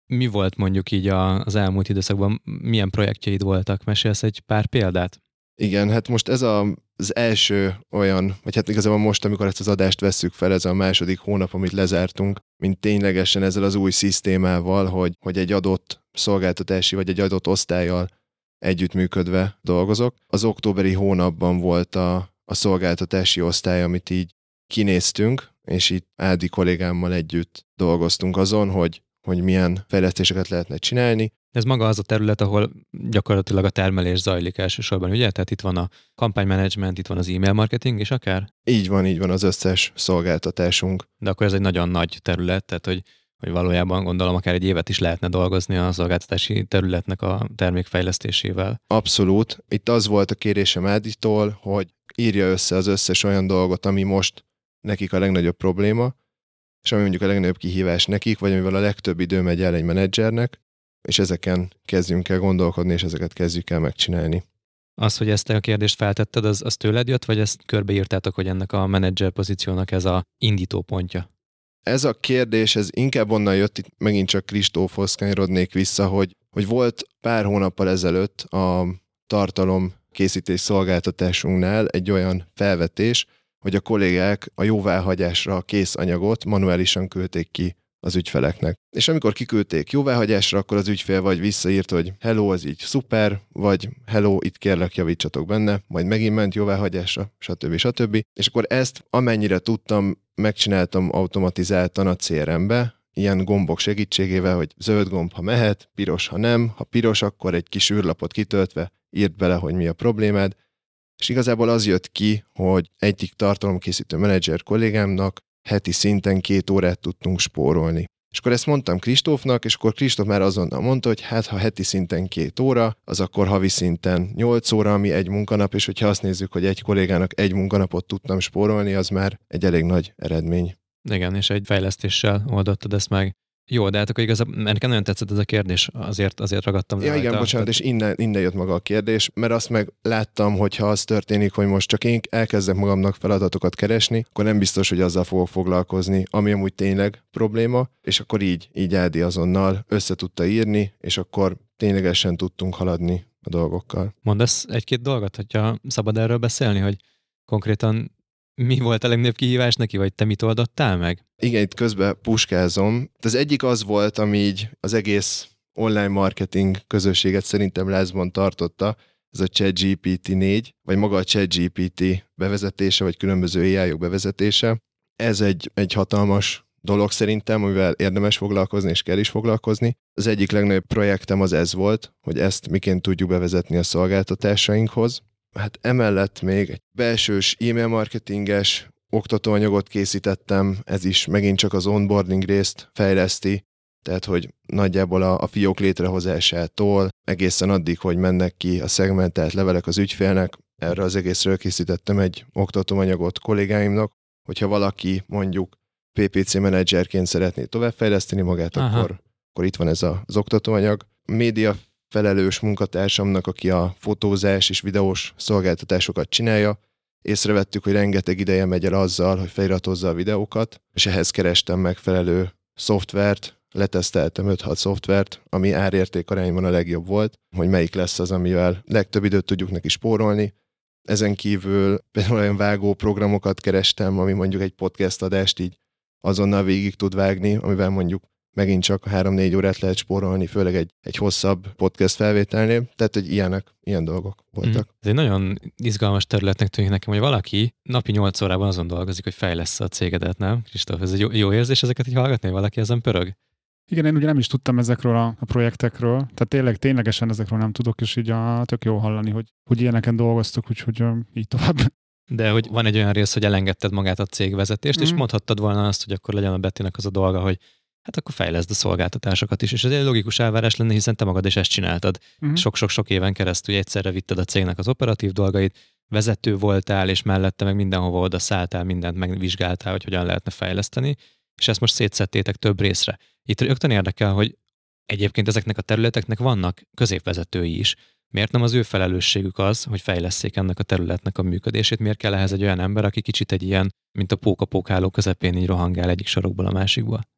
Mi volt mondjuk így az elmúlt időszakban, milyen projektjeid voltak? Mesélsz egy pár példát? Igen, hát most ez az első olyan, vagy hát igazából most, amikor ezt az adást vesszük fel, ez a második hónap, amit lezártunk, mint ténylegesen ezzel az új szisztémával, hogy egy adott szolgáltatási, vagy egy adott osztállyal együttműködve dolgozok. Az októberi hónapban volt a szolgáltatási osztály, amit így kinéztünk, és itt Ádi kollégámmal együtt dolgoztunk azon, hogy milyen fejlesztéseket lehetne csinálni. Ez maga az a terület, ahol gyakorlatilag a termelés zajlik elsősorban, ugye? Tehát itt van a kampánymenedzsment, itt van az e-mail marketing is akár? Így van az összes szolgáltatásunk. De akkor ez egy nagyon nagy terület, tehát hogy valójában gondolom akár egy évet is lehetne dolgozni a szolgáltatási területnek a termékfejlesztésével. Abszolút. Itt az volt a kérésem Áditól, hogy írja össze az összes olyan dolgot, ami most nekik a legnagyobb probléma, és ami mondjuk a legnagyobb kihívás nekik, vagy amivel a legtöbb idő megy el egy menedzsernek, és ezeken kezdjünk el gondolkodni, és ezeket kezdjük el megcsinálni. Az, hogy ezt a kérdést feltetted, az tőled jött, vagy ezt körbeírtátok, hogy ennek a menedzser pozíciónak ez a indító pontja? Ez a kérdés, ez inkább onnan jött, itt megint csak Kristófhoz kanyarodnék vissza, hogy volt pár hónappal ezelőtt a tartalomkészítés szolgáltatásunknál egy olyan felvetés, hogy a kollégák a jóváhagyásra a kész anyagot manuálisan küldték ki az ügyfeleknek. És amikor kiküldték jóváhagyásra, akkor az ügyfél vagy visszaírt, hogy hello, az így szuper, vagy hello, itt kérlek javítsatok benne, majd megint ment jóváhagyásra, stb. És akkor ezt amennyire tudtam, megcsináltam automatizáltan a CRM-be, ilyen gombok segítségével, hogy zöld gomb, ha mehet, piros, ha nem, ha piros, akkor egy kis űrlapot kitöltve írd bele, hogy mi a problémád. És igazából az jött ki, hogy egyik tartalomkészítő menedzser kollégámnak heti szinten 2 órát tudtunk spórolni. És akkor ezt mondtam Kristófnak, és akkor Kristóf már azonnal mondta, hogy hát ha heti szinten 2 óra, az akkor havi szinten 8 óra, ami egy munkanap, és hogyha azt nézzük, hogy egy kollégának egy munkanapot tudtam spórolni, az már egy elég nagy eredmény. Igen, és egy fejlesztéssel oldottad ezt meg. Jó, de hát akkor igazából nekem nagyon tetszett ez a kérdés, azért ragadtam. Ja, igen, bocsánat, és innen jött maga a kérdés, mert azt meg láttam, hogy ha az történik, hogy most csak én elkezdek magamnak feladatokat keresni, akkor nem biztos, hogy azzal fogok foglalkozni, ami amúgy tényleg probléma, és akkor így Ádi azonnal össze tudta írni, és akkor ténylegesen tudtunk haladni a dolgokkal. Mondasz egy-két dolgot, hogyha szabad erről beszélni, hogy konkrétan mi volt a legnagyobb kihívás neki, vagy te mit oldottál meg? Igen, itt közben puskázom. Az egyik az volt, ami így az egész online marketing közösséget szerintem lázban tartotta, ez a ChatGPT 4, vagy maga a ChatGPT bevezetése, vagy különböző AI-ok bevezetése. Ez egy hatalmas dolog szerintem, amivel érdemes foglalkozni, és kell is foglalkozni. Az egyik legnagyobb projektem az ez volt, hogy ezt miként tudjuk bevezetni a szolgáltatásainkhoz. Hát emellett még egy belsős e-mail marketinges oktatóanyagot készítettem, ez is megint csak az onboarding részt fejleszti, tehát hogy nagyjából a fiók létrehozásától egészen addig, hogy mennek ki a szegmentált levelek az ügyfélnek, erre az egészről készítettem egy oktatóanyagot kollégáimnak, hogyha valaki mondjuk PPC menedzserként szeretné továbbfejleszteni magát, akkor itt van ez az oktatóanyag. Média felelős munkatársamnak, aki a fotózás és videós szolgáltatásokat csinálja, észrevettük, hogy rengeteg ideje megy el azzal, hogy feliratozza a videókat, és ehhez kerestem megfelelő szoftvert, leteszteltem 5-6 szoftvert, ami árérték arányban a legjobb volt, hogy melyik lesz az, amivel legtöbb időt tudjuk neki spórolni. Ezen kívül például olyan vágó programokat kerestem, ami mondjuk egy podcast adást így azonnal végig tud vágni, amivel mondjuk megint csak 3-4 órát lehet spórolni, főleg egy hosszabb podcast felvételnél, tehát hogy ilyen dolgok voltak. Ez egy nagyon izgalmas területnek tűnik nekem, hogy valaki napi 8 órában azon dolgozik, hogy fejlessze a cégedet, nem? Kristóf, ez egy jó érzés ezeket így hallgatni, hogy valaki ezen pörög? Igen, én ugye nem is tudtam ezekről a projektekről, tehát ténylegesen ezekről nem tudok, és így tök jó hallani, hogy ilyeneken dolgoztok, úgyhogy így tovább. De hogy van egy olyan rész, hogy elengedted magát a cégvezetést, és mondhattad volna azt, hogy akkor legyen a Bettinek az a dolga, hogy hát akkor fejleszd a szolgáltatásokat is. És ez egy logikus elvárás lenne, hiszen te magad is ezt csináltad. Sok-sok-sok éven keresztül egyszerre vitted a cégnek az operatív dolgait, vezető voltál, és mellette meg mindenhova oda szálltál, mindent megvizsgáltál, hogy hogyan lehetne fejleszteni, és ezt most szétszettétek több részre. Itt rögtön érdekel, hogy egyébként ezeknek a területeknek vannak középvezetői is. Miért nem az ő felelősségük az, hogy fejlesszék ennek a területnek a működését? Miért kell ehhez egy olyan ember, aki kicsit egy ilyen, mint a póka-pókáló közepén így rohangál egyik sarokból a másikba?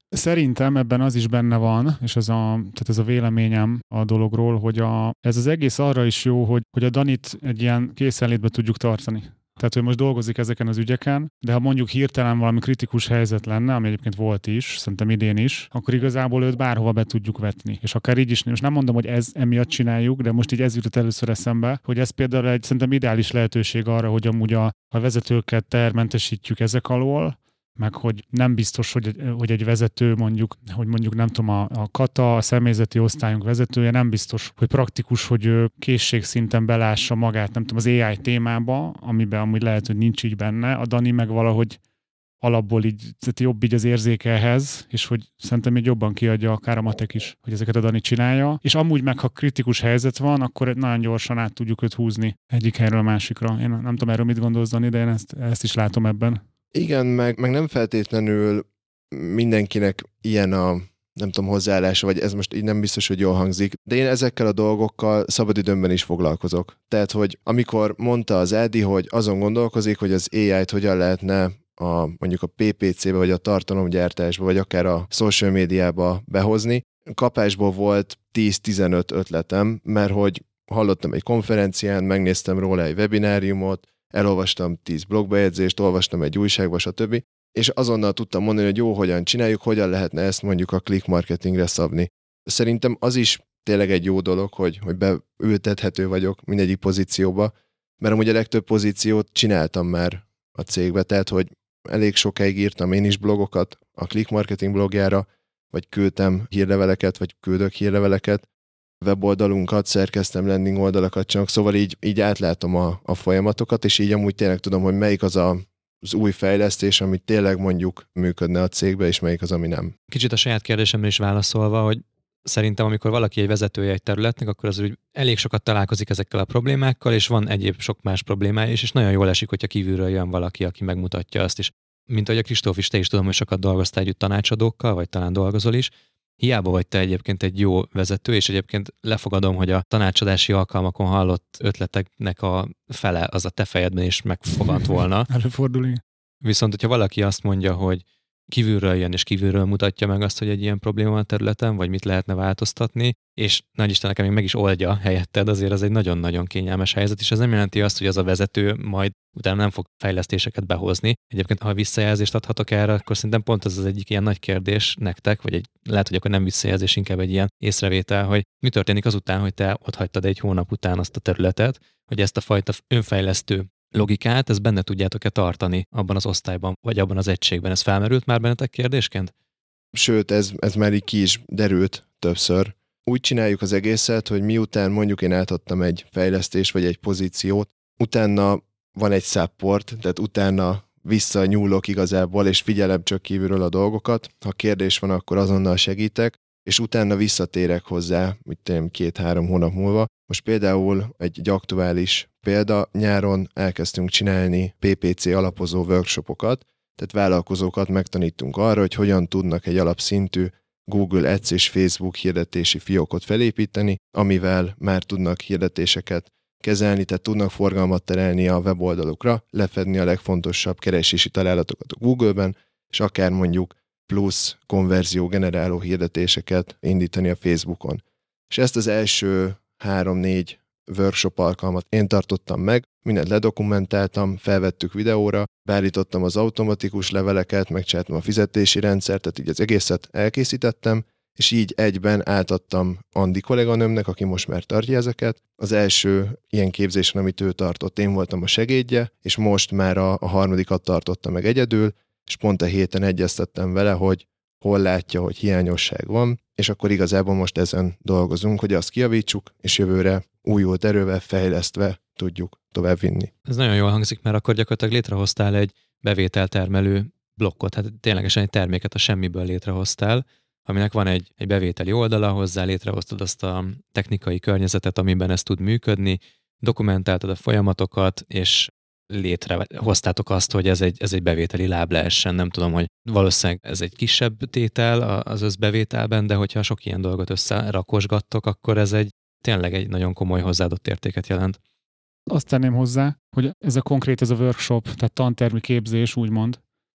Szerintem ebben az is benne van, és tehát ez a véleményem a dologról, hogy ez az egész arra is jó, hogy a Danit egy ilyen készenlétbe tudjuk tartani. Tehát, hogy most dolgozik ezeken az ügyeken, de ha mondjuk hirtelen valami kritikus helyzet lenne, ami egyébként volt is, szerintem idén is, akkor igazából őt bárhova be tudjuk vetni. És akár így is, most nem mondom, hogy ez emiatt csináljuk, de most így ez jutott először eszembe, hogy ez például egy szerintem ideális lehetőség arra, hogy amúgy a vezetőket termentesítjük ezek alól, meg hogy nem biztos, hogy egy vezető mondjuk nem tudom, a kata, a személyzeti osztályunk vezetője nem biztos, hogy praktikus, hogy ő készségszinten belássa magát, nem tudom, az AI témába, amiben amúgy lehet, hogy nincs így benne. A Dani meg valahogy alapból így jobb így az érzéke ehhez, és hogy szerintem még jobban kiadja akár a matek is, hogy ezeket a Dani csinálja. És amúgy meg, ha kritikus helyzet van, akkor nagyon gyorsan át tudjuk őt húzni egyik helyről a másikra. Én nem tudom erről mit gondolsz, Dani, de én ezt is látom ebben. Igen, meg nem feltétlenül mindenkinek ilyen a, nem tudom, hozzáállása, vagy ez most így nem biztos, hogy jól hangzik, de én ezekkel a dolgokkal szabadidőmben is foglalkozok. Tehát, hogy amikor mondta az Ádi, hogy azon gondolkozik, hogy az AI-t hogyan lehetne mondjuk a PPC-be, vagy a tartalomgyártásba, vagy akár a social médiába behozni, kapásból volt 10-15 ötletem, mert hogy hallottam egy konferencián, megnéztem róla egy webináriumot, elolvastam 10 blogbejegyzést, olvastam egy újságba, stb. És azonnal tudtam mondani, hogy jó, hogyan csináljuk, hogyan lehetne ezt mondjuk a click marketingre szabni. Szerintem az is tényleg egy jó dolog, hogy beültethető vagyok mindegyik pozícióba, mert amúgy a legtöbb pozíciót csináltam már a cégbe, tehát hogy elég sokáig írtam én is blogokat a click marketing blogjára, vagy küldtem hírleveleket, vagy küldök hírleveleket, weboldalunkat, szerkeztem landing oldalakat csak, szóval így átlátom a folyamatokat, és így amúgy tényleg tudom, hogy melyik az az új fejlesztés, ami tényleg mondjuk működne a cégbe, és melyik az, ami nem. Kicsit a saját kérdésemre is válaszolva, hogy szerintem amikor valaki egy vezetője egy területnek, akkor az úgy elég sokat találkozik ezekkel a problémákkal, és van egyéb sok más problémája is, és nagyon jól esik, hogyha kívülről jön valaki, aki megmutatja azt is. Mint ahogy a Kristóf is, te is tudom, hogy sokat dolgoztál együtt tanácsadókkal, vagy talán dolgozol is. Hiába vagy te egyébként egy jó vezető, és egyébként lefogadom, hogy a tanácsadási alkalmakon hallott ötleteknek a fele az a te fejedben is megfogant volna. Előfordul, igen. Viszont, hogyha valaki azt mondja, hogy kívülről jön, és kívülről mutatja meg azt, hogy egy ilyen probléma van a területen, vagy mit lehetne változtatni, és nagy Isten nekem még meg is oldja helyetted, azért az egy nagyon-nagyon kényelmes helyzet, és ez nem jelenti azt, hogy az a vezető majd utána nem fog fejlesztéseket behozni. Egyébként, ha visszajelzést adhatok erre, akkor szerintem pont ez az egyik ilyen nagy kérdés nektek, vagy lehet, hogy akkor nem visszajelzés, inkább egy ilyen észrevétel, hogy mi történik azután, hogy te ott hagytad egy hónap után azt a területet, hogy ezt a fajta önfejlesztő logikát, ezt benne tudjátok-e tartani abban az osztályban, vagy abban az egységben? Ez felmerült már bennetek kérdésként? Sőt, ez már így ki is derült többször. Úgy csináljuk az egészet, hogy miután mondjuk én átadtam egy fejlesztést, vagy egy pozíciót, utána van egy support, tehát utána visszanyúlok igazából, és figyelem csak kívülről a dolgokat. Ha kérdés van, akkor azonnal segítek, és utána visszatérek hozzá, úgy 2-3 hónap múlva. Most például egy aktuális példa, nyáron elkezdtünk csinálni PPC alapozó workshopokat, tehát vállalkozókat megtanítunk arra, hogy hogyan tudnak egy alapszintű Google Ads és Facebook hirdetési fiókot felépíteni, amivel már tudnak hirdetéseket kezelni, tehát tudnak forgalmat terelni a weboldalukra, lefedni a legfontosabb keresési találatokat a Google-ben, és akár mondjuk plusz konverzió generáló hirdetéseket indítani a Facebookon. És ezt az első 3-4 workshop alkalmat én tartottam meg, mindent ledokumentáltam, felvettük videóra, beállítottam az automatikus leveleket, megcsináltam a fizetési rendszert, tehát így az egészet elkészítettem, és így egyben átadtam Andi kolléganőmnek, aki most már tartja ezeket. Az első ilyen képzésen, amit ő tartott, én voltam a segédje, és most már a harmadikat tartotta meg egyedül, és pont a héten egyeztettem vele, hogy hol látja, hogy hiányosság van, és akkor igazából most ezen dolgozunk, hogy azt kijavítsuk, és jövőre újult erővel fejlesztve tudjuk továbbvinni. Ez nagyon jól hangzik, mert akkor gyakorlatilag létrehoztál egy bevételtermelő blokkot, hát ténylegesen egy terméket a semmiből létrehoztál, aminek van egy bevételi oldala, hozzá létrehoztad azt a technikai környezetet, amiben ez tud működni, dokumentáltad a folyamatokat, és létrehoztátok azt, hogy ez egy bevételi láb lehessen. Nem tudom, hogy valószínűleg ez egy kisebb tétel az összbevételben, de hogyha sok ilyen dolgot összerakosgattok, akkor ez tényleg egy nagyon komoly hozzáadott értéket jelent. Azt tenném hozzá, hogy ez a workshop, tehát tantermi képzés úgymond,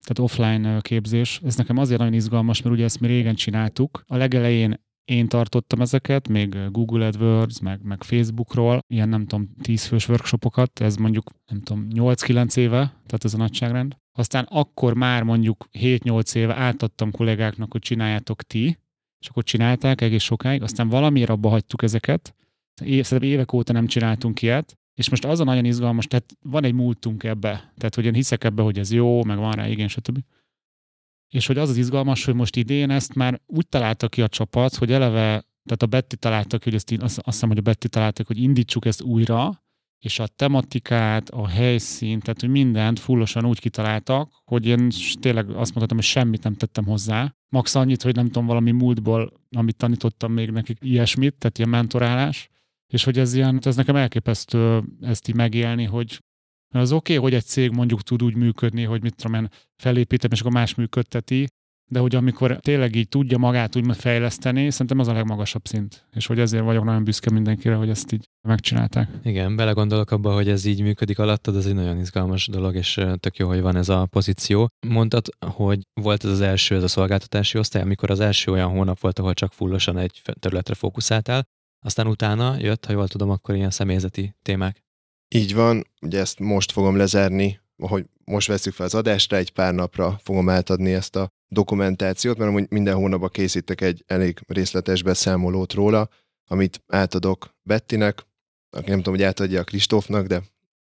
tehát offline képzés. Ez nekem azért nagyon izgalmas, mert ugye ezt mi régen csináltuk. A legelején én tartottam ezeket, még Google AdWords, meg Facebookról, ilyen nem tudom, 10 fős workshopokat, ez mondjuk nem tudom, 8-9 éve, tehát ez a nagyságrend. Aztán akkor már mondjuk 7-8 éve átadtam kollégáknak, hogy csináljátok ti, és akkor csinálták egész sokáig, aztán valamiért abba hagytuk ezeket. Szerintem évek óta nem csináltunk ilyet, és most az a nagyon izgalmas, tehát van egy múltunk ebbe, tehát hogy én hiszek ebbe, hogy ez jó, meg van rá igény, stb. És hogy az izgalmas, hogy most idén ezt már úgy találta ki a csapat, hogy eleve, tehát a Betty találta ki, hogy azt hiszem, hogy a Betty találta, hogy indítsuk ezt újra, és a tematikát, a helyszínt, tehát hogy mindent fullosan úgy kitaláltak, hogy én tényleg azt mondhatom, hogy semmit nem tettem hozzá. Max annyit, hogy nem tudom, valami múltból, amit tanítottam még nekik ilyesmit, tehát ilyen mentorálás, és hogy ez nekem elképesztő ezt így megélni, hogy az oké, hogy egy cég mondjuk tud úgy működni, hogy mit tudom én, felépítem, és akkor más működteti, de hogy amikor tényleg így tudja magát úgy fejleszteni, szerintem az a legmagasabb szint. És hogy ezért vagyok nagyon büszke mindenkire, hogy ezt így megcsinálták. Igen, belegondolok abba, hogy ez így működik alattad, ez egy nagyon izgalmas dolog, és tök jó, hogy van ez a pozíció. Mondtad, hogy volt ez az első, ez a szolgáltatási osztály, amikor az első olyan hónap volt, ahol csak fullosan egy területre fókuszáltál, aztán utána jött, ha jól tudom, akkor ilyen személyzeti témák. Így van, ugye ezt most fogom lezárni, hogy most veszük fel az adásra, egy pár napra fogom átadni ezt a dokumentációt, mert amúgy minden hónapban készítek egy elég részletes beszámolót róla, amit átadok Bettinek, aki nem tudom, hogy átadja a Kristófnak, de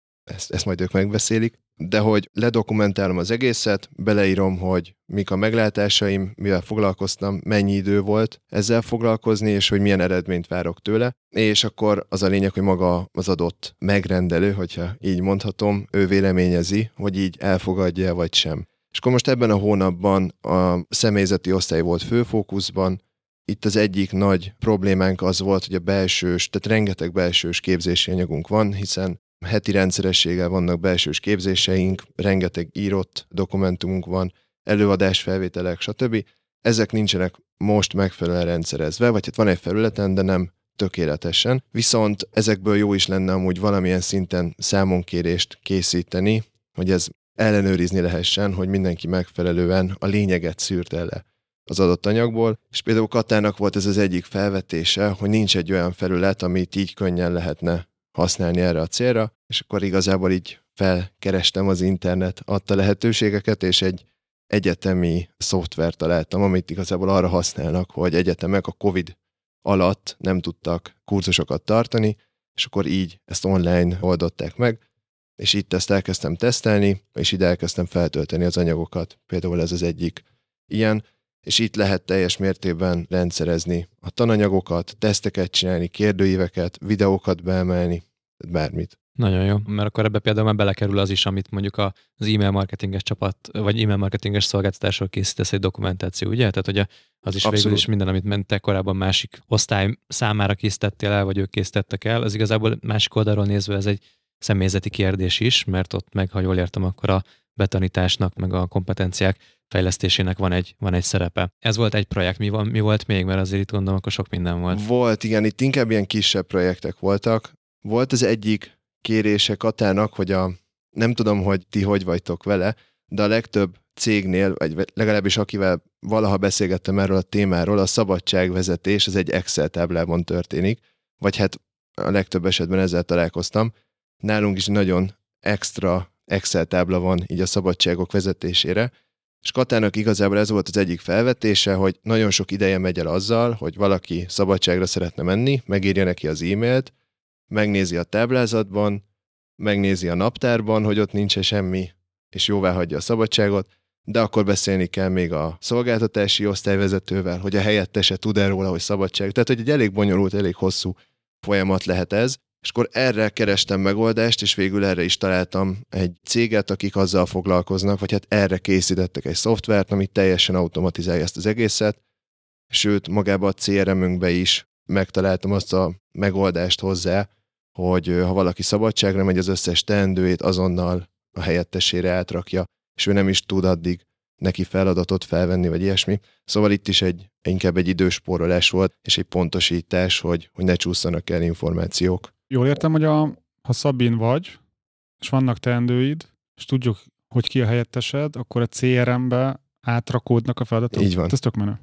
ezt majd ők megbeszélik, de hogy ledokumentálom az egészet, beleírom, hogy mik a meglátásaim, mivel foglalkoztam, mennyi idő volt ezzel foglalkozni, és hogy milyen eredményt várok tőle, és akkor az a lényeg, hogy maga az adott megrendelő, hogyha így mondhatom, ő véleményezi, hogy így elfogadja vagy sem. És akkor most ebben a hónapban a személyzeti osztály volt főfókuszban. Itt az egyik nagy problémánk az volt, hogy a belsős, tehát rengeteg belsős képzési anyagunk van, hiszen heti rendszerességgel vannak belsős képzéseink, rengeteg írott dokumentumunk van, előadásfelvételek, stb. Ezek nincsenek most megfelelően rendszerezve, vagy hát van egy felületen, de nem tökéletesen. Viszont ezekből jó is lenne amúgy valamilyen szinten számonkérést készíteni, hogy ez ellenőrizni lehessen, hogy mindenki megfelelően a lényeget szűrte le az adott anyagból, és például Katának volt ez az egyik felvetése, hogy nincs egy olyan felület, amit így könnyen lehetne használni erre a célra, és akkor igazából így felkerestem az internet adta lehetőségeket, és egy egyetemi szoftvert találtam, amit igazából arra használnak, hogy egyetemek a Covid alatt nem tudtak kurzusokat tartani, és akkor így ezt online oldották meg, és itt ezt elkezdtem tesztelni, és ide elkezdtem feltölteni az anyagokat. Például ez az egyik ilyen, és itt lehet teljes mértékben rendszerezni a tananyagokat, teszteket csinálni, kérdőíveket, videókat beemelni, bármit. Nagyon jó, mert akkor ebbe például már belekerül az is, amit mondjuk az e-mail marketinges csapat, vagy e-mail marketinges szolgáltatásról készítesz egy dokumentáció, ugye? Tehát, hogy az is végül is minden, amit te korábban másik osztály számára készítettél el, vagy ők készítettek el, az igazából másik oldalról nézve ez egy személyzeti kérdés is, mert ott meg, ha jól értem, akkor a betanításnak, meg a kompetenciák fejlesztésének van egy szerepe. Ez volt egy projekt, mi volt még? Mert azért itt gondolom, akkor sok minden volt. Volt, igen, itt inkább ilyen kisebb projektek voltak. Volt az egyik kérése Katának, hogy nem tudom, hogy ti hogy vagytok vele, de a legtöbb cégnél, vagy legalábbis akivel valaha beszélgettem erről a témáról, a szabadságvezetés az egy Excel táblában történik, vagy hát a legtöbb esetben ezzel találkoztam. Nálunk is nagyon extra Excel tábla van így a szabadságok vezetésére, és Katának igazából ez volt az egyik felvetése, hogy nagyon sok ideje megy el azzal, hogy valaki szabadságra szeretne menni, megírja neki az e-mailt, megnézi a táblázatban, megnézi a naptárban, hogy ott nincs semmi, és jóvá hagyja a szabadságot, de akkor beszélni kell még a szolgáltatási osztályvezetővel, hogy a helyettese tud-e róla, hogy szabadság. Tehát, hogy egy elég bonyolult, elég hosszú folyamat lehet ez, és akkor erre kerestem megoldást, és végül erre is találtam egy céget, akik azzal foglalkoznak, vagy hát erre készítettek egy szoftvert, ami teljesen automatizálja ezt az egészet, sőt, magában a CRM-ünkbe is megtaláltam azt a megoldást hozzá, hogy ha valaki szabadságra megy, az összes teendőjét azonnal a helyettesére átrakja, és ő nem is tud addig neki feladatot felvenni, vagy ilyesmi. Szóval itt is inkább egy időspórolás volt, és egy pontosítás, hogy ne csúszanak el információk. Jól értem, hogy ha Szabin vagy, és vannak teendőid, és tudjuk, hogy ki a helyettesed, akkor a CRM-be átrakódnak a feladatok. Így van. Ez tök menő.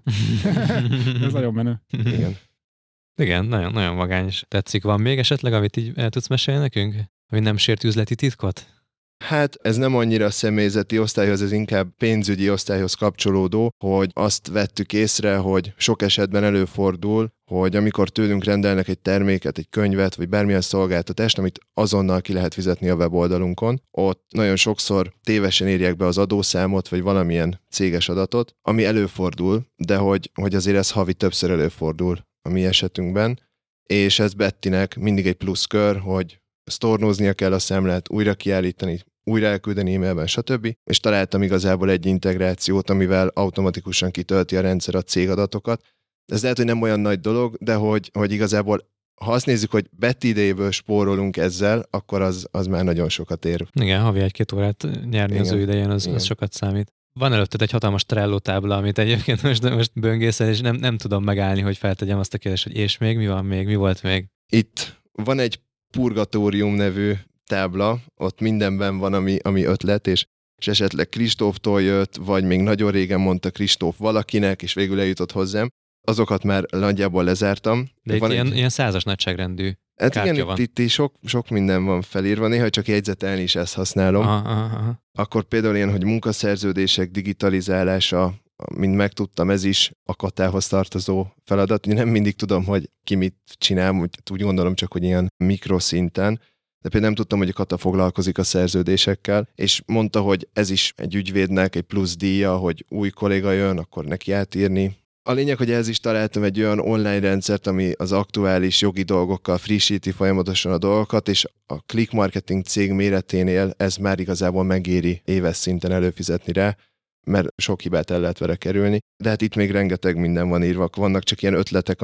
Ez nagyon menő. Igen. Igen, nagyon, nagyon vagány, és tetszik. Van még esetleg, amit így el tudsz mesélni nekünk? Ami nem sért üzleti titkot? Hát ez nem annyira személyzeti osztályhoz, ez inkább pénzügyi osztályhoz kapcsolódó, hogy azt vettük észre, hogy sok esetben előfordul, hogy amikor tőlünk rendelnek egy terméket, egy könyvet, vagy bármilyen szolgáltatást, amit azonnal ki lehet fizetni a weboldalunkon, ott nagyon sokszor tévesen írják be az adószámot, vagy valamilyen céges adatot, ami előfordul, de hogy azért ez havi többször előfordul a mi esetünkben, és ez Bettinek mindig egy plusz kör, hogy sztornóznia kell a számlát, újra kiállítani, újra elküldeni e-mailben, stb. És találtam igazából egy integrációt, amivel automatikusan kitölti a rendszer a cégadatokat. Ez lehet, hogy nem olyan nagy dolog, de hogy igazából, ha azt nézzük, hogy Betty idejéből spórolunk ezzel, akkor az már nagyon sokat ér. Igen, havi 1-2 órát nyerni Igen. az ő idején, az sokat számít. Van előtted egy hatalmas Trello tábla, amit egyébként most böngészel, és nem tudom megállni, hogy feltegyem azt a kérdést, hogy és még, mi van még, mi volt még? Itt van egy Purgatórium nevű tábla, ott mindenben van, ami ötlet, és esetleg Kristóftól jött, vagy még nagyon régen mondta Kristóf valakinek, és végül eljutott hozzám. Azokat már nagyjából lezártam. De itt van ilyen 100-as nagyságrendű hát kártya igen, van. itt sok minden van felírva, néha csak jegyzetelni is ezt használom. Aha. Akkor például ilyen, hogy munkaszerződések digitalizálása, mint megtudtam, ez is a katához tartozó feladat. Nem mindig tudom, hogy ki mit csinál, úgy gondolom csak, hogy ilyen mikroszinten. De például nem tudtam, hogy a kata foglalkozik a szerződésekkel, és mondta, hogy ez is egy ügyvédnek egy plusz díja, hogy új kolléga jön, akkor neki átírni. A lényeg, hogy ez is találtam egy olyan online rendszert, ami az aktuális jogi dolgokkal frissíti folyamatosan a dolgokat, és a click marketing cég méreténél ez már igazából megéri éves szinten előfizetni rá, mert sok hibát el lehet vele kerülni. De hát itt még rengeteg minden van írva, vannak csak ilyen ötletek,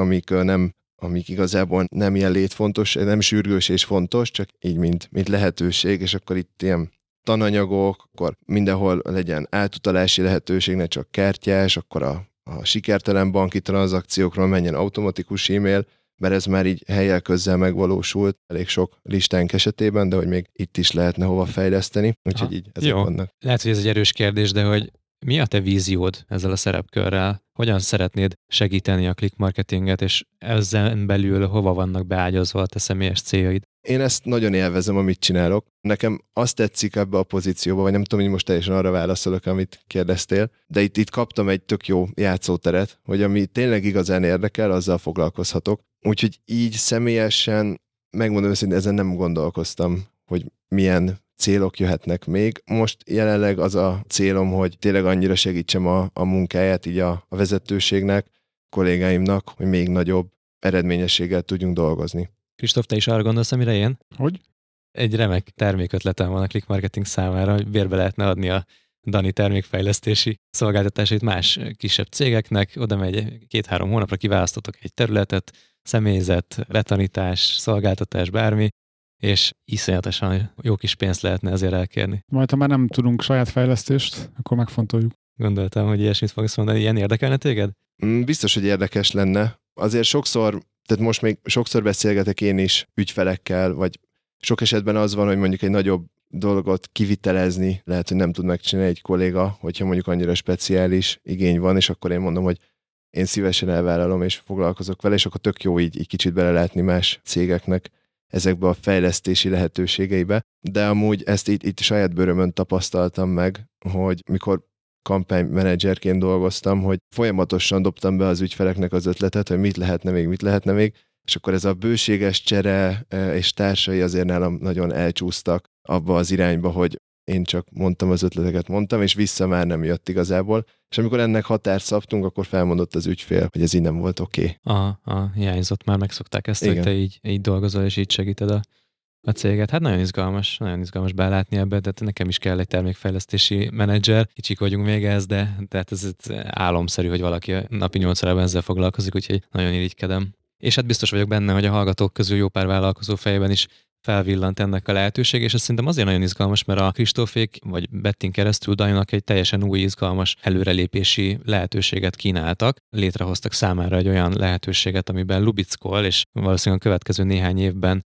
amik igazából nem ilyen létfontos, nem sürgős és fontos, csak így mint lehetőség, és akkor itt ilyen tananyagok, akkor mindenhol legyen átutalási lehetőség, ne csak kártyás, akkor a sikertelen banki tranzakciókról menjen automatikus e-mail, mert ez már így helyel közzel megvalósult elég sok listánk esetében, de hogy még itt is lehetne hova fejleszteni, úgyhogy így ezek vannak. Lehet, hogy ez egy erős kérdés, de hogy mi a te víziód ezzel a szerepkörrel? Hogyan szeretnéd segíteni a click marketinget, és ezzel belül hova vannak beágyazva a te személyes céljaid? Én ezt nagyon élvezem, amit csinálok. Nekem azt tetszik ebbe a pozícióba, vagy nem tudom, hogy most teljesen arra válaszolok, amit kérdeztél, de itt kaptam egy tök jó játszóteret, hogy ami tényleg igazán érdekel, azzal foglalkozhatok. Úgyhogy így személyesen, megmondom őszintén, ezen nem gondolkoztam, hogy milyen célok jöhetnek még. Most jelenleg az a célom, hogy tényleg annyira segítsem a munkáját így a vezetőségnek, kollégáimnak, hogy még nagyobb eredményességgel tudjunk dolgozni. Kristóf, te is arra gondolsz, amire én? Hogy? Egy remek termékötletem van a click marketing számára, hogy bérbe lehetne adni a Dani termékfejlesztési szolgáltatásait más kisebb cégeknek, oda megy 2-3 hónapra, kiválasztotok egy területet, személyzet, betanítás, szolgáltatás, bármi, és iszonyatosan jó kis pénzt lehetne ezért elkérni. Majd, ha már nem tudunk saját fejlesztést, akkor megfontoljuk. Gondoltam, hogy ilyesmit fogsz mondani. Ilyen érdekelne téged? Biztos, hogy érdekes lenne. Azért sokszor, tehát most még sokszor beszélgetek én is ügyfelekkel, vagy sok esetben az van, hogy mondjuk egy nagyobb dolgot kivitelezni, lehet, hogy nem tud megcsinálni egy kolléga, hogyha mondjuk annyira speciális igény van, és akkor én mondom, hogy én szívesen elvállalom, és foglalkozok vele, és akkor tök jó így kicsit belelátni más cégeknek ezekbe a fejlesztési lehetőségeibe. De amúgy ezt itt saját bőrömön tapasztaltam meg, hogy mikor kampánymenedzserként dolgoztam, hogy folyamatosan dobtam be az ügyfeleknek az ötletet, hogy mit lehetne még, és akkor ez a bőséges csere és társai azért nálam nagyon elcsúsztak abba az irányba, hogy én csak mondtam az ötleteket, és vissza már nem jött igazából. És amikor ennek határt szabtunk, akkor felmondott az ügyfél, hogy ez így nem volt oké. Hiányzott, már megszokták ezt, igen, hogy te így dolgozol, és így segíted a céget. Hát nagyon izgalmas belátni ebbe, de nekem is kell egy termékfejlesztési menedzser. Kicsik vagyunk még ez, de hát ez álomszerű, hogy valaki napi 8 órában ezzel foglalkozik, úgyhogy nagyon irigykedem. És hát biztos vagyok benne, hogy a hallgatók közül jó pár vállalkozó fejében is felvillant ennek a lehetőség, és ez szerintem azért nagyon izgalmas, mert a Kristófék vagy Bettin keresztül Daninak egy teljesen új, izgalmas előrelépési lehetőséget kínáltak. Létrehoztak számára egy olyan lehetőséget, amiben lubickol, és valószínűleg a következő néhány évben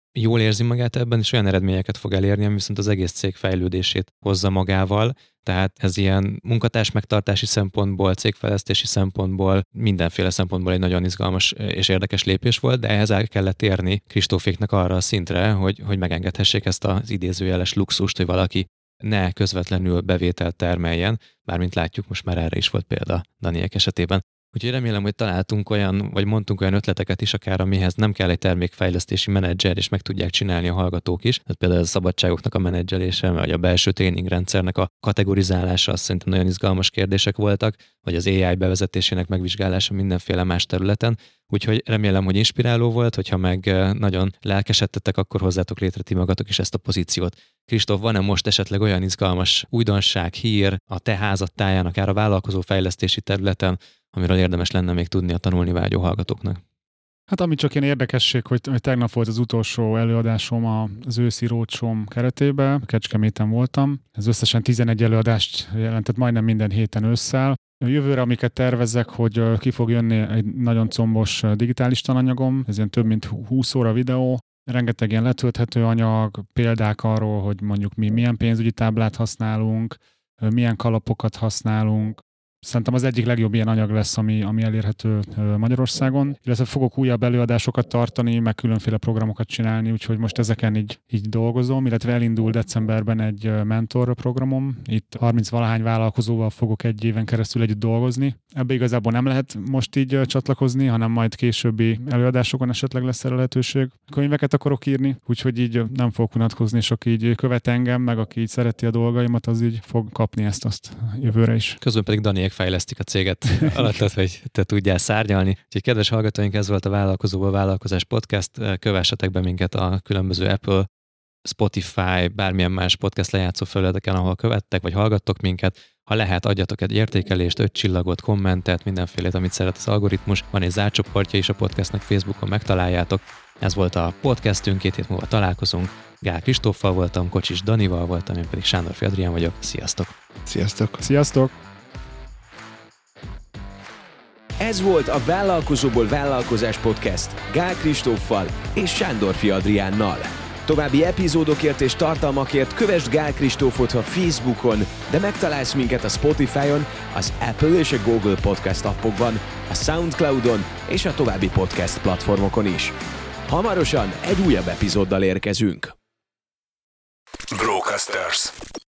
jól érzi magát ebben, és olyan eredményeket fog elérni, ami viszont az egész cég fejlődését hozza magával. Tehát ez ilyen munkatárs megtartási szempontból, cégfejlesztési szempontból, mindenféle szempontból egy nagyon izgalmas és érdekes lépés volt, de ehhez el kellett érni Kristóféknek arra a szintre, hogy megengedhessék ezt az idézőjeles luxust, hogy valaki ne közvetlenül bevételt termeljen, bármint látjuk, most már erre is volt példa Daniek esetében. Úgyhogy remélem, hogy találtunk olyan, vagy mondtunk olyan ötleteket is, akár amihez nem kell egy termékfejlesztési menedzser, és meg tudják csinálni a hallgatók is. Tehát például a szabadságoknak a menedzselése, vagy a belső tréningrendszernek a kategorizálása, azt szerintem nagyon izgalmas kérdések voltak, vagy az AI bevezetésének megvizsgálása mindenféle más területen. Úgyhogy remélem, hogy inspiráló volt, hogyha meg nagyon lelkesedtetek, akkor hozzátok létre ti magatok is ezt a pozíciót. Kristóf, van-e most esetleg olyan izgalmas újdonság, hír a te házadtáján, akár a vállalkozó fejlesztési területen, amiről érdemes lenne még tudni a tanulni vágyó hallgatóknak? Hát ami csak ilyen érdekesség, hogy tegnap volt az utolsó előadásom az őszi roadshow keretében, Kecskeméten voltam. Ez összesen 11 előadást jelentett majdnem minden héten ősszel. Jövőre, amiket tervezek, hogy ki fog jönni egy nagyon combos digitális tananyagom, ez ilyen több mint 20 óra videó, rengeteg ilyen letölthető anyag, példák arról, hogy mondjuk mi milyen pénzügyi táblát használunk, milyen kalapokat használunk. Szerintem az egyik legjobb ilyen anyag lesz, ami elérhető Magyarországon, illetve fogok újabb előadásokat tartani, meg különféle programokat csinálni, úgyhogy most ezeken így dolgozom, illetve elindul decemberben egy mentor programom. Itt 30-valahány vállalkozóval fogok egy éven keresztül együtt dolgozni. Ebbe igazából nem lehet most így csatlakozni, hanem majd későbbi előadásokon esetleg lesz erre lehetőség. Könyveket akarok írni, úgyhogy így nem fogok unatkozni, és aki így követ engem, meg aki így szereti a dolgaimat, az így fog kapni ezt jövőre is. Közben pedig Daniek fejlesztik a céget alattad, hogy te tudjál szárnyalni. Úgyhogy kedves hallgatóink, ez volt a Vállalkozóból Vállalkozás Podcast. Kövessetek be minket a különböző Apple, Spotify, bármilyen más podcast lejátszó felületeken, ahol követtek, vagy hallgattok minket. Ha lehet, adjatok egy értékelést, 5 csillagot, kommentet, mindenfélét, amit szeret az algoritmus. Van egy zárt csoportja is a podcastnak, Facebookon megtaláljátok. Ez volt a podcastünk, 2 hét múlva találkozunk. Gál Kristóffal voltam, Kocsis Danival voltam, én pedig Sándorfi Adrián vagyok. Sziasztok! Sziasztok! Sziasztok! Ez volt a Vállalkozóból Vállalkozás Podcast Gál Kristóffal és Sándorfi Adriánnal. További epizódokért és tartalmakért kövessd Gál Kristófot a Facebookon, de megtalálsz minket a Spotify-on, az Apple és a Google Podcast appokban, a Soundcloudon és a további podcast platformokon is. Hamarosan egy újabb epizóddal érkezünk. Brocasters.